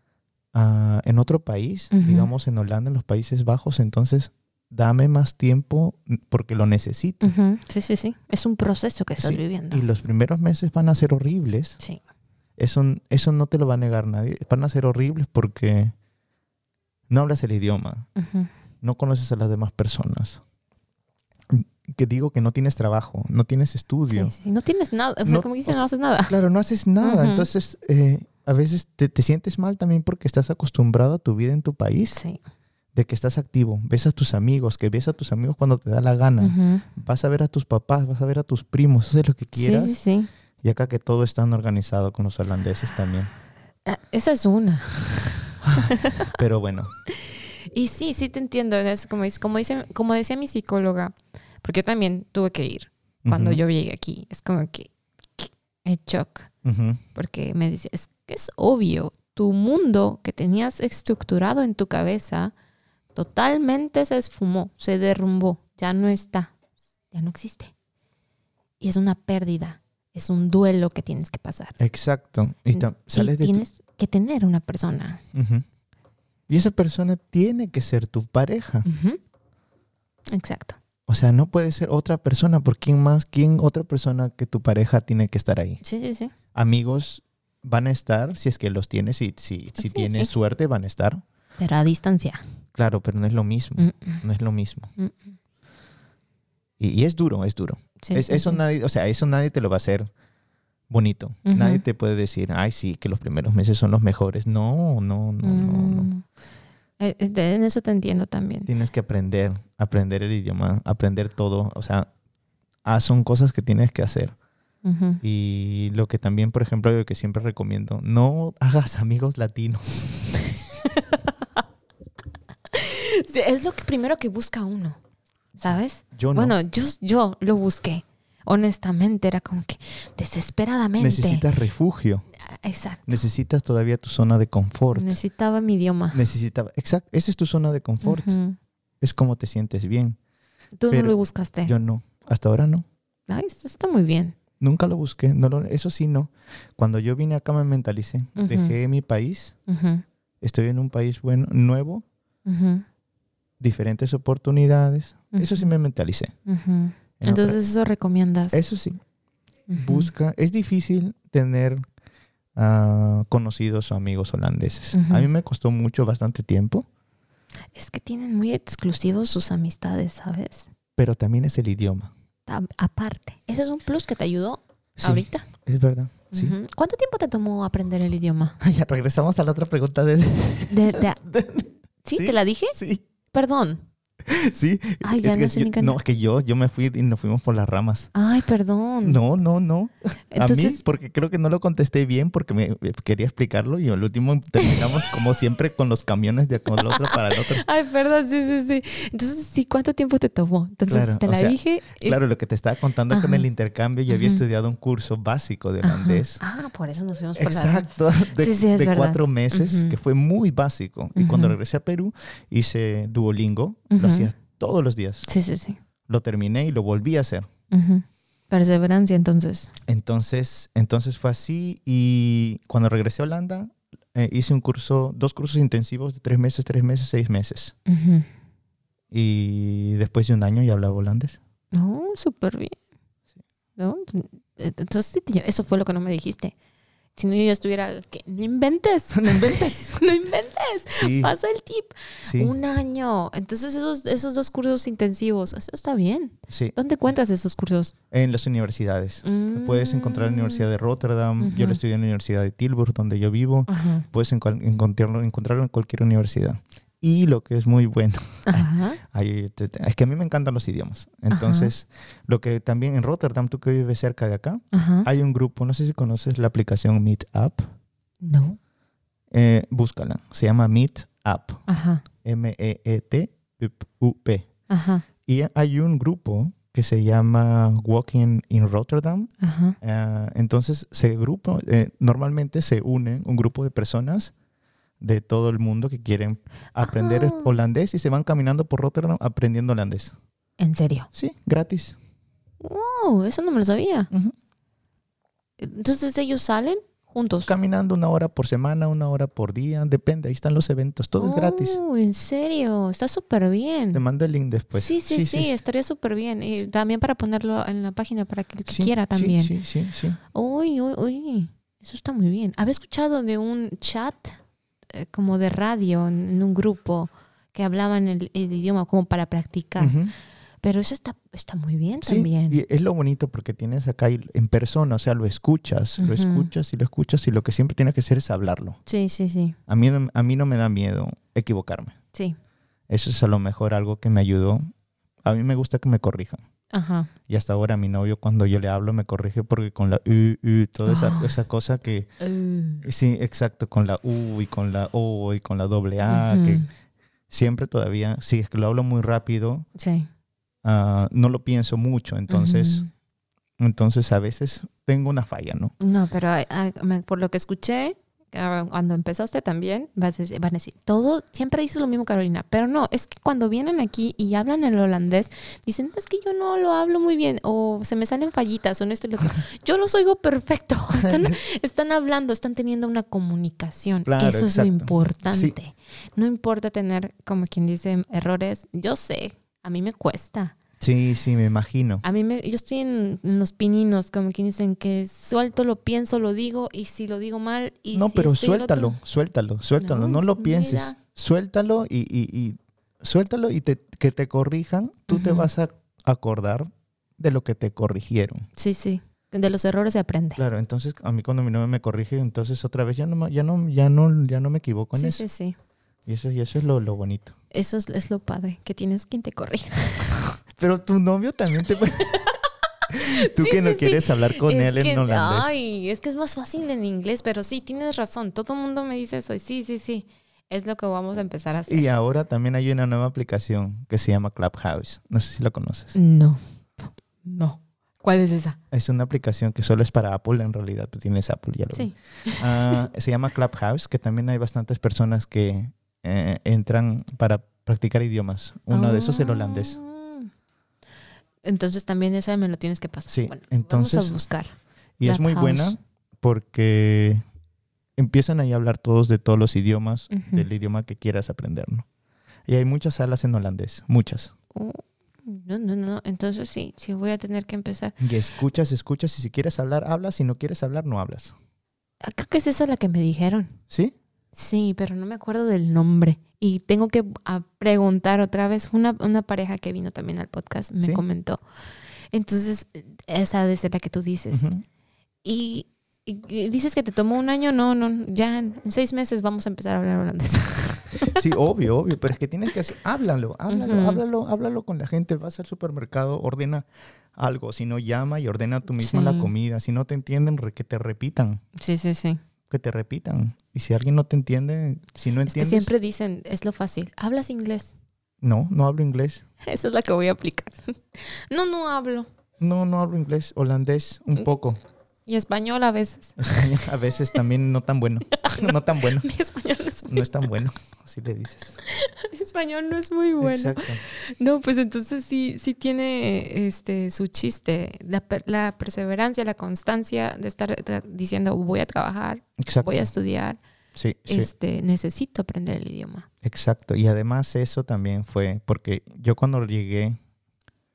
en otro país, digamos en Holanda, en los Países Bajos, entonces dame más tiempo porque lo necesito. Sí. Es un proceso que estás viviendo. Y los primeros meses van a ser horribles. Sí. Eso no te lo va a negar nadie. Van a ser horribles porque no hablas el idioma. No conoces a las demás personas. Que digo que no tienes trabajo, no tienes estudio. Sí. No tienes nada. O sea, como dicen, no haces nada. Claro, no haces nada. Entonces, a veces te sientes mal también porque estás acostumbrado a tu vida en tu país. Sí. De que estás activo. Ves a tus amigos, cuando te da la gana. Vas a ver a tus papás, vas a ver a tus primos, haces lo que quieras. Sí. Y acá que todo está organizado con los holandeses también. Esa es una. Pero bueno. Y sí te entiendo. Es como decía mi psicóloga, porque yo también tuve que ir cuando yo llegué aquí. Es como que es shock. Porque me dice, es obvio, tu mundo que tenías estructurado en tu cabeza totalmente se esfumó, se derrumbó, ya no está, ya no existe. Y es una pérdida, es un duelo que tienes que pasar. Exacto. Y tienes que tener una persona. Y esa persona tiene que ser tu pareja. Exacto. O sea, no puede ser otra persona. ¿Por quién más? ¿Quién otra persona que tu pareja tiene que estar ahí? Sí. Amigos van a estar, si es que los tienes, si tienes suerte, van a estar. Pero a distancia. Claro, pero no es lo mismo. No es lo mismo. Y es duro. Sí, eso nadie te lo va a hacer bonito. Nadie te puede decir, ay, sí, que los primeros meses son los mejores. No. En eso te entiendo también. Tienes que aprender el idioma, aprender todo. O sea, son cosas que tienes que hacer. Y lo que también, por ejemplo, lo que siempre recomiendo, no hagas amigos latinos. Sí, es lo primero que busca uno, ¿sabes? Yo no. Bueno, yo lo busqué. Honestamente, era como que desesperadamente. Necesitas refugio. Exacto. Necesitas todavía tu zona de confort. Necesitaba mi idioma. Exacto. Esa es tu zona de confort. Es como te sientes bien. ¿Tú no lo buscaste? Yo no. Hasta ahora no. Ay, está muy bien. Nunca lo busqué. Eso sí, no. Cuando yo vine acá me mentalicé. Dejé mi país. Estoy en un país nuevo. Diferentes oportunidades. Eso sí me mentalicé. Entonces eso recomiendas. Eso sí. Busca. Es difícil tener conocidos o amigos holandeses. A mí me costó bastante tiempo. Es que tienen muy exclusivos sus amistades, ¿sabes? Pero también es el idioma. Aparte. Ese es un plus que te ayudó ahorita. Es verdad. Sí. ¿Cuánto tiempo te tomó aprender el idioma? Ya regresamos a la otra pregunta ¿Sí? ¿Te la dije? Sí. Perdón. Sí. Ay, ya no sé ni qué. No, es que yo me fui y nos fuimos por las ramas. Ay, perdón. No. Entonces, a mí, porque creo que no lo contesté bien porque me quería explicarlo y al último terminamos como siempre con los camiones de con el otro para el otro. Ay, perdón, sí. Entonces, sí, ¿cuánto tiempo te tomó? Entonces, claro, te la dije. Claro, lo que te estaba contando es que en el intercambio yo había estudiado un curso básico de holandés. Por eso nos fuimos por la Exacto, de 4 meses, que fue muy básico. Y cuando regresé a Perú, hice Duolingo, lo hacía todos los días. Sí. Lo terminé y lo volví a hacer. Perseverancia, entonces. Entonces fue así. Y cuando regresé a Holanda, hice 2 cursos intensivos de 3 meses, 6 meses. Y después de un año ya hablaba holandés. Súper bien. ¿No? Entonces, eso fue lo que no me dijiste. Si no, yo ya estuviera... ¿qué? ¡No inventes! ¡No inventes! ¡No inventes! Sí. Pasa el tip. Sí. 1 año. Entonces, esos 2 cursos intensivos, eso está bien. Sí. ¿Dónde encuentras esos cursos? En las universidades. Puedes encontrar en la Universidad de Rotterdam. Yo lo estudié en la Universidad de Tilburg, donde yo vivo. Ajá. Puedes encontrarlo en cualquier universidad. Y lo que es muy bueno, Ajá. es que a mí me encantan los idiomas. Entonces, lo que también en Rotterdam, tú que vives cerca de acá, Ajá. hay un grupo, no sé si conoces la aplicación Meetup. No. Búscala, se llama Meetup. Ajá. MEETUP. Ajá. Y hay un grupo que se llama Walking in Rotterdam. Ajá. Entonces, normalmente se unen un grupo de personas de todo el mundo que quieren aprender holandés y se van caminando por Rotterdam aprendiendo holandés. ¿En serio? Sí, gratis. Eso no me lo sabía. Uh-huh. Entonces ellos salen juntos. Caminando 1 hora por semana, 1 hora por día, depende, ahí están los eventos, todo es gratis. ¿En serio? Está súper bien. Te mando el link después. Sí, estaría súper bien. Y también para ponerlo en la página para que el que quiera también. Sí. Uy, eso está muy bien. Había escuchado de un chat como de radio en un grupo que hablaban el idioma como para practicar. Uh-huh. Pero eso está muy bien Sí, también. y es lo bonito porque tienes acá en persona, o sea, lo escuchas y lo que siempre tienes que hacer es hablarlo. Sí. A mí no me da miedo equivocarme. Sí. Eso es a lo mejor algo que me ayudó. A mí me gusta que me corrijan. Ajá. Y hasta ahora mi novio cuando yo le hablo me corrige porque con la toda esa cosa que... Sí, exacto, con la U y con la O y con la doble A, que siempre todavía, si es que lo hablo muy rápido, no lo pienso mucho, entonces a veces tengo una falla, ¿no? No, pero por lo que escuché, cuando empezaste también, van a decir, todo, siempre dices lo mismo, Carolina, pero no, es que cuando vienen aquí y hablan el holandés, dicen, es que yo no lo hablo muy bien, o se me salen fallitas, o no estoy loco. Yo los oigo perfecto. Están hablando, están teniendo una comunicación, claro, que eso exacto. es lo importante. Sí. No importa tener, como quien dice, errores. Yo sé, a mí me cuesta. Sí, me imagino. Yo estoy en los pininos, como quien dicen que suelto, lo pienso, lo digo, y si lo digo mal... No, pero suéltalo. No lo pienses. Mira. Suéltalo y que te corrijan. Tú te vas a acordar de lo que te corrigieron. Sí. De los errores se aprende. Claro, entonces a mí cuando mi novia me corrige, entonces otra vez ya no me equivoco en eso. Sí. Y eso es lo bonito. Eso es lo padre, que tienes quien te corrija. Pero tu novio también te puede... Tú que no quieres hablar con él en holandés. Ay, es que es más fácil en inglés, pero sí, tienes razón. Todo el mundo me dice eso. Sí. Es lo que vamos a empezar a hacer. Y ahora también hay una nueva aplicación que se llama Clubhouse. No sé si la conoces. No. ¿Cuál es esa? Es una aplicación que solo es para Apple, en realidad. Tú tienes Apple, ya lo vi. Se llama Clubhouse, que también hay bastantes personas que entran para practicar idiomas. Uno de esos es el holandés. Entonces también esa me lo tienes que pasar. Sí, bueno, entonces, vamos a buscar. Y Clubhouse es muy buena porque empiezan ahí a hablar todos de todos los idiomas, del idioma que quieras aprender, ¿no? Y hay muchas salas en holandés, muchas. No. Entonces sí voy a tener que empezar. Y escuchas, y si quieres hablar, hablas. Si no quieres hablar, no hablas. Creo que es esa la que me dijeron. ¿Sí? Sí, pero no me acuerdo del nombre. Y tengo que preguntar otra vez. Una pareja que vino también al podcast me comentó. Entonces, esa debe ser la que tú dices. Uh-huh. Y dices que te tomó 1 año. No, ya en 6 meses vamos a empezar a hablar holandés. Sí, obvio. Pero es que tienes que hacer... Háblalo con la gente. Vas al supermercado, ordena algo. Si no, llama y ordena tú mismo la comida. Si no te entienden, que te repitan. Sí. Que te repitan. Y si alguien no te entiende, si no entiendes... Es que siempre dicen, es lo fácil. ¿Hablas inglés? No hablo inglés. Esa es la que voy a aplicar. No hablo. No hablo inglés. Holandés, un poco. Y español a veces. Español a veces también no tan bueno. No tan bueno. Mi español no es tan bueno, así le dices. Mi español no es muy bueno. Exacto. No, pues entonces sí tiene su chiste. La perseverancia, la constancia de estar diciendo voy a trabajar, voy a estudiar. Sí. Necesito aprender el idioma. Exacto. Y además eso también fue porque yo cuando llegué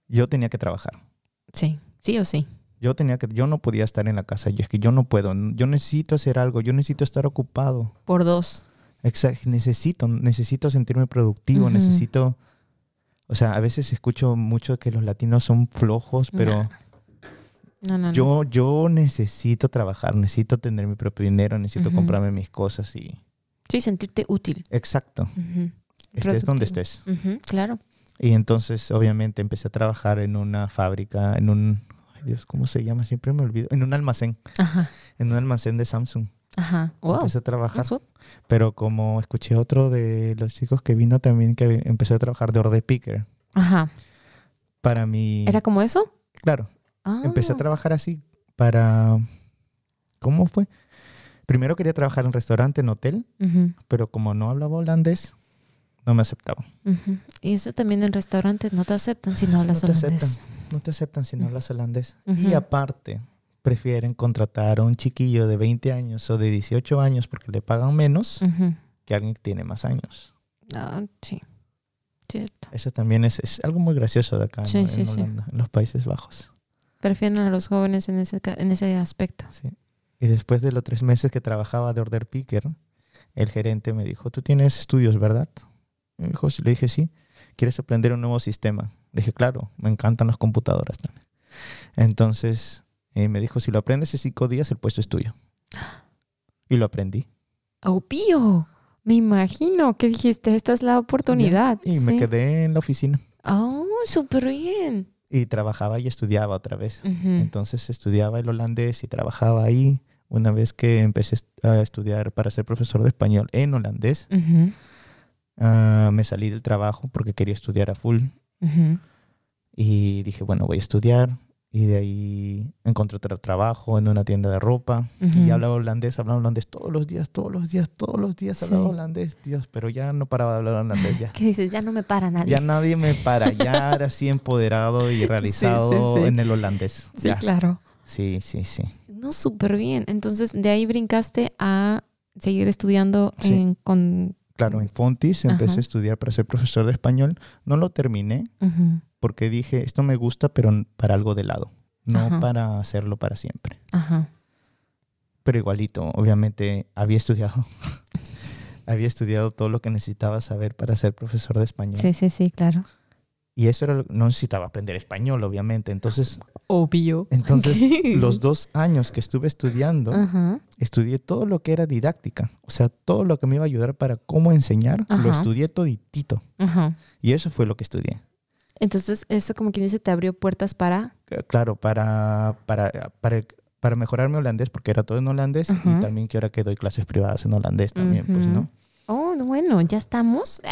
yo tenía que trabajar. Sí, sí o sí. Yo no podía estar en la casa. Y es que yo no puedo. Yo necesito hacer algo. Yo necesito estar ocupado. Por 2. Exacto. Necesito sentirme productivo. Ujú. Necesito... O sea, a veces escucho mucho que los latinos son flojos, pero No. yo necesito trabajar. Necesito tener mi propio dinero. Necesito Ujú. comprarme mis cosas y... Sí, sentirte útil. Exacto. Ujú. Estés donde Productivo. estés. Ujú, claro. Y entonces, obviamente, empecé a trabajar en una fábrica, en un... Ay, Dios, ¿cómo se llama? Siempre me olvido. En un almacén. Ajá. En un almacén de Samsung. Ajá. Wow. Empecé a trabajar. That's what- Pero como escuché otro de los chicos que vino también, que empezó a trabajar de order picker. Ajá. Para mí... ¿Era como eso? Claro. Ah. Empecé a trabajar así para... ¿Cómo fue? Primero quería trabajar en restaurante, en hotel. Ujú, Pero como no hablaba holandés, no me aceptaban. ujú. Y eso también en restaurantes no te aceptan si no hablas No te holandés. No te aceptan si no hablas holandés. Ujú. Y aparte, prefieren contratar a un chiquillo de 20 años o de 18 años porque le pagan menos Ujú. que alguien que tiene más años. Ah, sí. Cierto. Eso también es algo muy gracioso de acá, Sí, ¿no? sí, En sí. Holanda, en los Países Bajos. Prefieren a los jóvenes en ese aspecto. Sí. Y después de los 3 meses que trabajaba de order picker, el gerente me dijo, tú tienes estudios, ¿verdad? Y me dijo, le dije, sí. ¿Quieres aprender un nuevo sistema? Le dije, claro, me encantan las computadoras también. Entonces me dijo, si lo aprendes en 5 días, el puesto es tuyo. Y lo aprendí. Obvio. Me imagino que dijiste, esta es la oportunidad. Y Sí. me quedé en la oficina. Oh, súper bien. Y trabajaba y estudiaba otra vez. Ujú. Entonces estudiaba el holandés y trabajaba ahí. Una vez que empecé a estudiar para ser profesor de español en holandés, Ujú, me salí del trabajo porque quería estudiar a full. ujú. Y dije, bueno, voy a estudiar. Y de ahí encontré otro trabajo en una tienda de ropa. Ujú. Y hablaba holandés todos los días. Sí. Hablaba holandés, Dios, pero ya no paraba de hablar holandés ya. ¿Qué dices? Ya no me para nadie. Ya nadie me para, ya era así empoderado y realizado sí. en el holandés. Sí, Ya. claro. Sí. No, súper bien. Entonces, de ahí brincaste a seguir estudiando Sí. con... Claro, en Fontis empecé Ajá. a estudiar para ser profesor de español. No lo terminé Ujú, porque dije, esto me gusta, pero para algo de lado, no Ajá. para hacerlo para siempre. Ajá. Pero igualito, obviamente había estudiado todo lo que necesitaba saber para ser profesor de español. Sí, claro. Y eso era, no necesitaba aprender español, obviamente. Entonces Obvio. los 2 años que estuve estudiando, Ajá. estudié todo lo que era didáctica. O sea, todo lo que me iba a ayudar para cómo enseñar, Ajá. lo estudié toditito. Ajá. Y eso fue lo que estudié. Entonces, eso como quien dice, te abrió puertas para... Claro, para mejorar mi holandés, porque era todo en holandés. Ajá. Y también que ahora que doy clases privadas en holandés también, pues, Ujú. ¿no? Oh, bueno, ya estamos.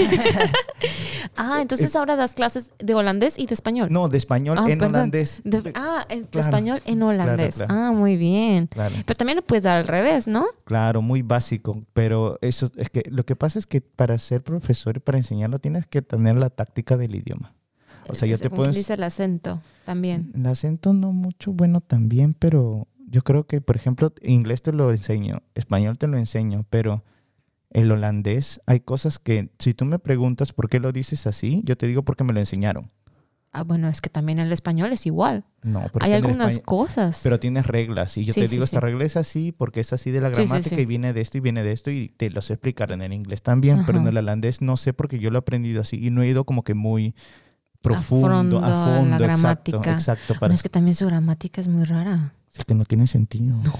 Entonces ahora das clases de holandés y de español. No, de español en perdón. holandés. De Claro. español en holandés. Claro. Ah, muy bien. Claro. Pero también lo puedes dar al revés, ¿no? Claro, muy básico, pero eso es que lo que pasa es que para ser profesor y para enseñarlo tienes que tener la táctica del idioma. O sea, yo te Como puedo... quien dice el acento también. El acento no mucho, bueno, también, pero yo creo que, por ejemplo, inglés te lo enseño, español te lo enseño, pero el holandés hay cosas que si tú me preguntas por qué lo dices así, yo te digo porque me lo enseñaron. Ah, bueno, es que también el español es igual. No, porque Hay en el algunas español- cosas. Pero tienes reglas y yo Sí, te sí, digo, esta sí. regla es así porque es así de la Sí, sí, gramática sí. y viene de esto y viene de esto y te lo sé explicar en el inglés también, pero en Ajá. el holandés no sé porque yo lo he aprendido así y no he ido como que muy profundo, fondo a a la fondo, gramática. exacto, Bueno, para es que también su gramática es muy rara. es que no tiene sentido. No.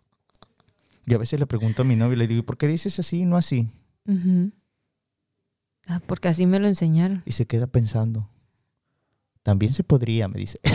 Y a veces le pregunto a mi novio y le digo, ¿y por qué dices así y no así? Ujú. Ah, porque así me lo enseñaron. Y se queda pensando. También se podría, me dice.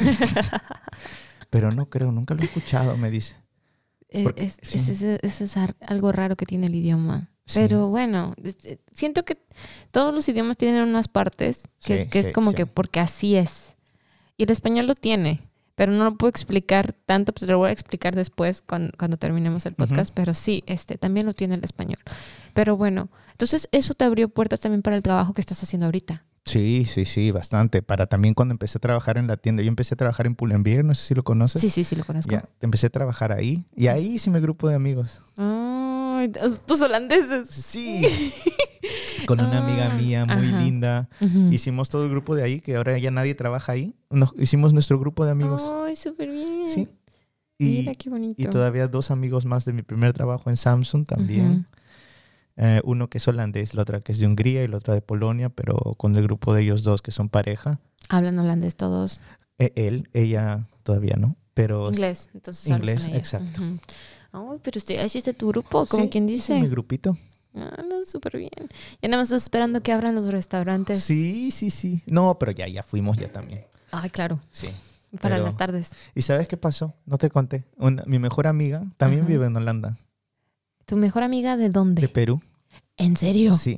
Pero no creo, nunca lo he escuchado, me dice. Porque- sí. Eso es algo raro que tiene el idioma. Sí. Pero bueno, siento que todos los idiomas tienen unas partes que, Sí, es, que es sí, como sí. que porque así es. Y el español lo tiene, pero no lo puedo explicar tanto, pues lo voy a explicar después cuando terminemos el podcast. Pero sí, también lo tiene el español. Pero bueno, entonces eso te abrió puertas también para el trabajo que estás haciendo ahorita. Sí, bastante. Para también cuando empecé a trabajar en la tienda. Yo empecé a trabajar en Pull&Bear, no sé si lo conoces. Sí, lo conozco. Ya, empecé a trabajar ahí. Y ahí hice mi grupo de amigos. Ay, Ay, tus holandeses. Sí. Con una amiga mía muy linda. Hicimos todo el grupo de ahí, que ahora ya nadie trabaja ahí. Hicimos nuestro grupo de amigos. Ay, súper bien. Sí. Mira, qué bonito. Y todavía 2 amigos más de mi primer trabajo en Samsung también. Uno que es holandés, la otra que es de Hungría y la otra de Polonia, pero con el grupo de ellos 2 que son pareja. ¿Hablan holandés todos? Ella todavía no, pero... Inglés, entonces inglés, exacto. Ay, pero hiciste tu grupo, como quien dice. Sí, mi grupito. Ah, no, súper bien. Ya nada más estás esperando que abran los restaurantes. Sí. No, pero ya fuimos ya también. Ay, claro. Sí. Para las tardes. ¿Y sabes qué pasó? No te conté. Mi mejor amiga también vive en Holanda. ¿Tu mejor amiga de dónde? De Perú. ¿En serio? Sí.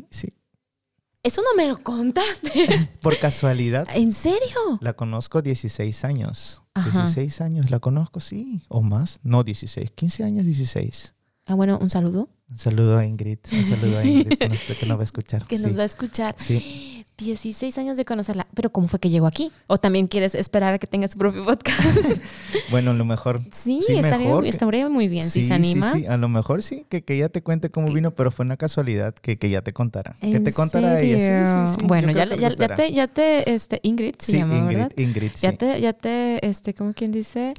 ¿Eso no me lo contaste? Por casualidad. ¿En serio? La conozco 16 años. Ajá. 16 años la conozco, sí. O más. No, 16. 15 años, 16. Ah, bueno, un saludo. Un saludo a Ingrid. Que nos va a escuchar. Que nos va a escuchar. Sí. 16 años de conocerla. ¿Pero cómo fue que llegó aquí? ¿O también quieres esperar a que tenga su propio podcast? Bueno, a lo mejor... Sí, estaría muy bien. Si se anima. Sí. A lo mejor sí, que ella te cuente cómo vino, pero fue una casualidad que ya te contara. Que te contara ella. Sí. Bueno, ya te, Ingrid se llama, Ingrid, ¿verdad? Ingrid, sí. Ya te, ¿cómo quien dice?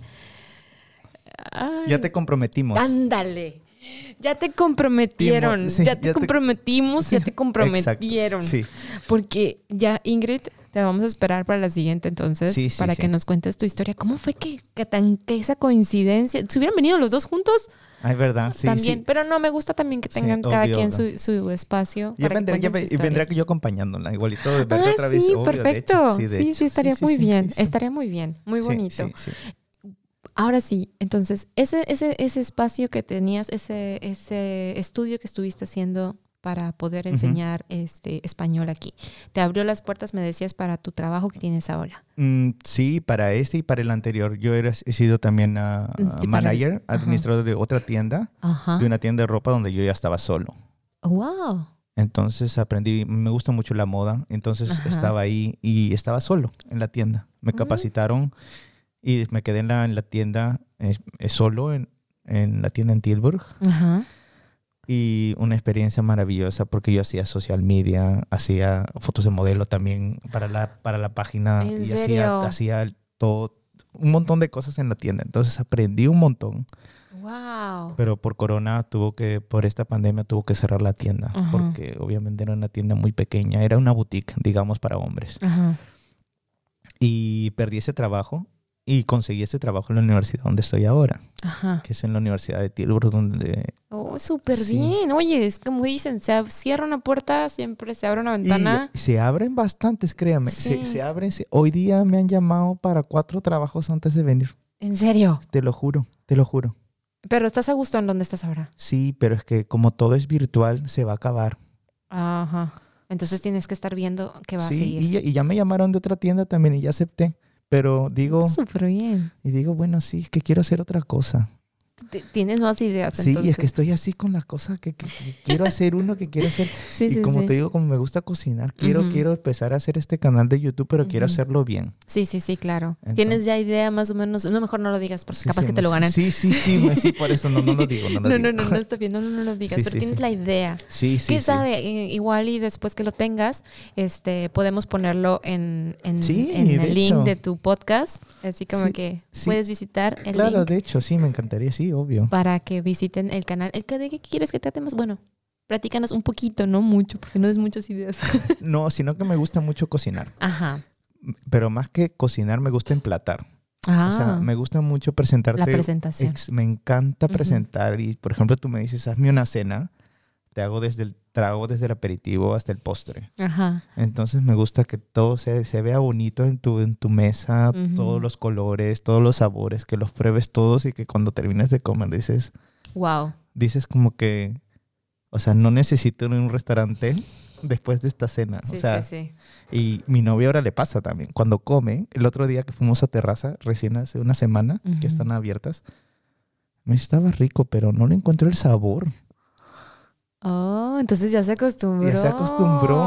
Ay. Ya te comprometimos. Ándale. Ya te comprometieron, ya te comprometimos, ya te comprometieron. Exacto, sí. Porque ya, Ingrid, te vamos a esperar para la siguiente entonces, para que nos cuentes tu historia. ¿Cómo fue que esa coincidencia? ¿Se hubieran venido los dos juntos? Ay, verdad, sí. También, sí. Pero no, me gusta también que tengan cada quien su espacio. Y vendré yo acompañándola, igualito de verla otra vez. Sí, obvio, perfecto. De hecho. Sí, estaría muy bien. Estaría muy bien, muy bonito. Sí. Ahora sí, entonces, ese espacio que tenías, ese estudio que estuviste haciendo para poder enseñar español aquí, ¿te abrió las puertas, me decías, para tu trabajo que tienes ahora? Sí, para y para el anterior. Yo he sido también manager, administrador de otra tienda, de una tienda de ropa donde yo ya estaba solo. ¡Wow! Entonces aprendí, me gusta mucho la moda, entonces estaba ahí y estaba solo en la tienda. Me capacitaron. Y me quedé en la tienda solo, en la tienda en Tilburg. Y una experiencia maravillosa porque yo hacía social media, hacía fotos de modelo también para la página. ¿En y serio? hacía todo, un montón de cosas en la tienda. Entonces aprendí un montón. ¡Wow! Pero por esta pandemia tuvo que cerrar la tienda. Porque obviamente era una tienda muy pequeña. Era una boutique, digamos, para hombres. Y perdí ese trabajo. Y conseguí ese trabajo en la universidad donde estoy ahora, que es en la Universidad de Tilburg, donde... Oh, súper bien. Oye, es como dicen, se cierra una puerta, siempre se abre una ventana. Y se abren bastantes, créame. Sí. Se abren. Hoy día me han llamado para 4 trabajos antes de venir. ¿En serio? Te lo juro. ¿Pero estás a gusto en donde estás ahora? Sí, pero es que como todo es virtual, se va a acabar. Entonces tienes que estar viendo qué va a seguir. Y ya me llamaron de otra tienda también y ya acepté. Pero digo... Súper bien. Y digo, bueno, sí, es que quiero hacer otra cosa. ¿Tienes más ideas? Sí, entonces? es que estoy así con las cosas que quiero hacer que quiero hacer. Y como te digo, como me gusta cocinar, quiero empezar a hacer este canal de YouTube, pero quiero hacerlo bien. Sí, claro. Entonces, ¿tienes ya idea más o menos? No, mejor no lo digas porque capaz que te lo ganan. Sí, por eso no lo digo. No, está bien, no lo digas, pero tienes la idea. Sí. ¿Quién sabe? Igual y después que lo tengas, podemos ponerlo en el link de tu podcast, así como que puedes visitar el link. Claro, de hecho, sí, me encantaría, sí, obvio. Para que visiten el canal. ¿De qué quieres que tratemos? Bueno, platícanos un poquito, no mucho, porque no es muchas ideas. No, sino que me gusta mucho cocinar. Pero más que cocinar, me gusta emplatar. O sea, me gusta mucho presentarte. La presentación. Me encanta presentar. Y, por ejemplo, tú me dices, hazme una cena. Te hago desde el trago, desde el aperitivo hasta el postre. Entonces me gusta que todo se vea bonito en tu mesa, todos los colores, todos los sabores, que los pruebes todos y que cuando termines de comer dices... Wow. Dices como que... O sea, no necesito ir a un restaurante después de esta cena. Sí. Y mi novia ahora le pasa también. Cuando come, el otro día que fuimos a terraza, recién hace una semana, que están abiertas, me estaba rico, pero no le encuentro el sabor. Oh, entonces ya se acostumbró.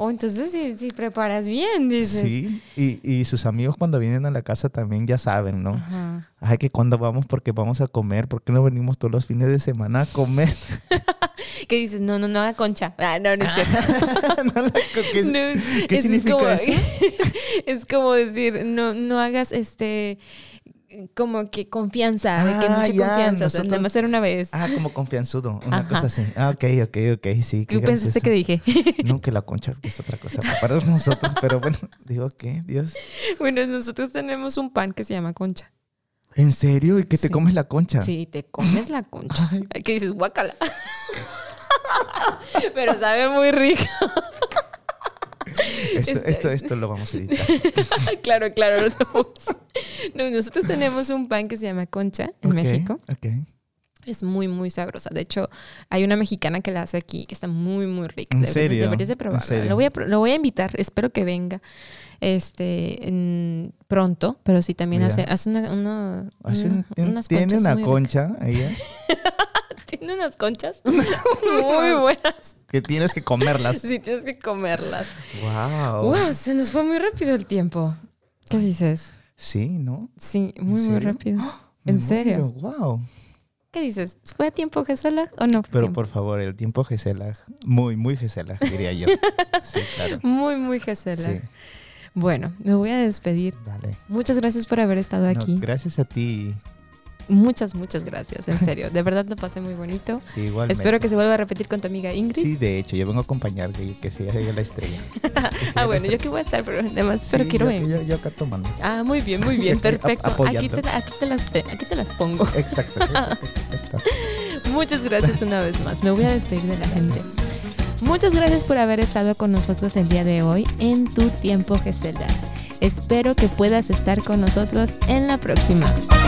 entonces sí preparas bien, dices. Sí, y sus amigos cuando vienen a la casa también ya saben, ¿no? Ajá. Ay, que cuando vamos porque vamos a comer, ¿por qué no venimos todos los fines de semana a comer? ¿Qué dices? No haga concha. No es cierto. ¿Qué significa eso? Es como decir, no hagas como que confianza, de que mucha confianza, o sea, nada más era una vez. Como confianzudo, una cosa así. Ok, sí. ¿Qué pensaste que dije? No, que la concha es otra cosa para nosotros, pero bueno, digo, ¿qué? Dios. Bueno, nosotros tenemos un pan que se llama concha. ¿En serio? ¿Y que te comes la concha? Sí, te comes la concha. ¿Qué dices? Guácala. Pero sabe muy rico. Esto lo vamos a editar. Claro. No, nosotros tenemos un pan que se llama concha en México. Okay. Es muy, muy sabrosa. De hecho, hay una mexicana que la hace aquí, que está muy, muy rica. ¿En serio? Deberías de probarla. Lo voy a invitar. Espero que venga pronto. Pero sí, también hace unas tiene conchas una muy concha ella. Tiene unas conchas muy buenas. Que tienes que comerlas. Sí, tienes que comerlas. Wow, se nos fue muy rápido el tiempo. ¿Qué dices? Sí, ¿no? Sí, muy rápido. ¿En serio? Wow. ¿Qué dices? ¿Fue a tiempo Gesela o no? Pero por favor, el tiempo Gesela, muy, muy Gesela, diría yo. Sí, claro. Muy, muy Gesela. Sí. Bueno, me voy a despedir. Dale. Muchas gracias por haber estado aquí. Gracias a ti. Muchas gracias, en serio. De verdad lo pasé muy bonito. Sí, igual. Espero que se vuelva a repetir con tu amiga Ingrid. Sí, de hecho, yo vengo a acompañar, que sea ella la estrella. Bueno, yo aquí voy a estar, pero además, pero quiero ver. Yo acá tomando. Muy bien, perfecto. Aquí te las pongo. Sí, exacto. Muchas gracias una vez más. Me voy a despedir de la gente. Muchas gracias por haber estado con nosotros el día de hoy en Tu Tiempo Gesela. Espero que puedas estar con nosotros en la próxima.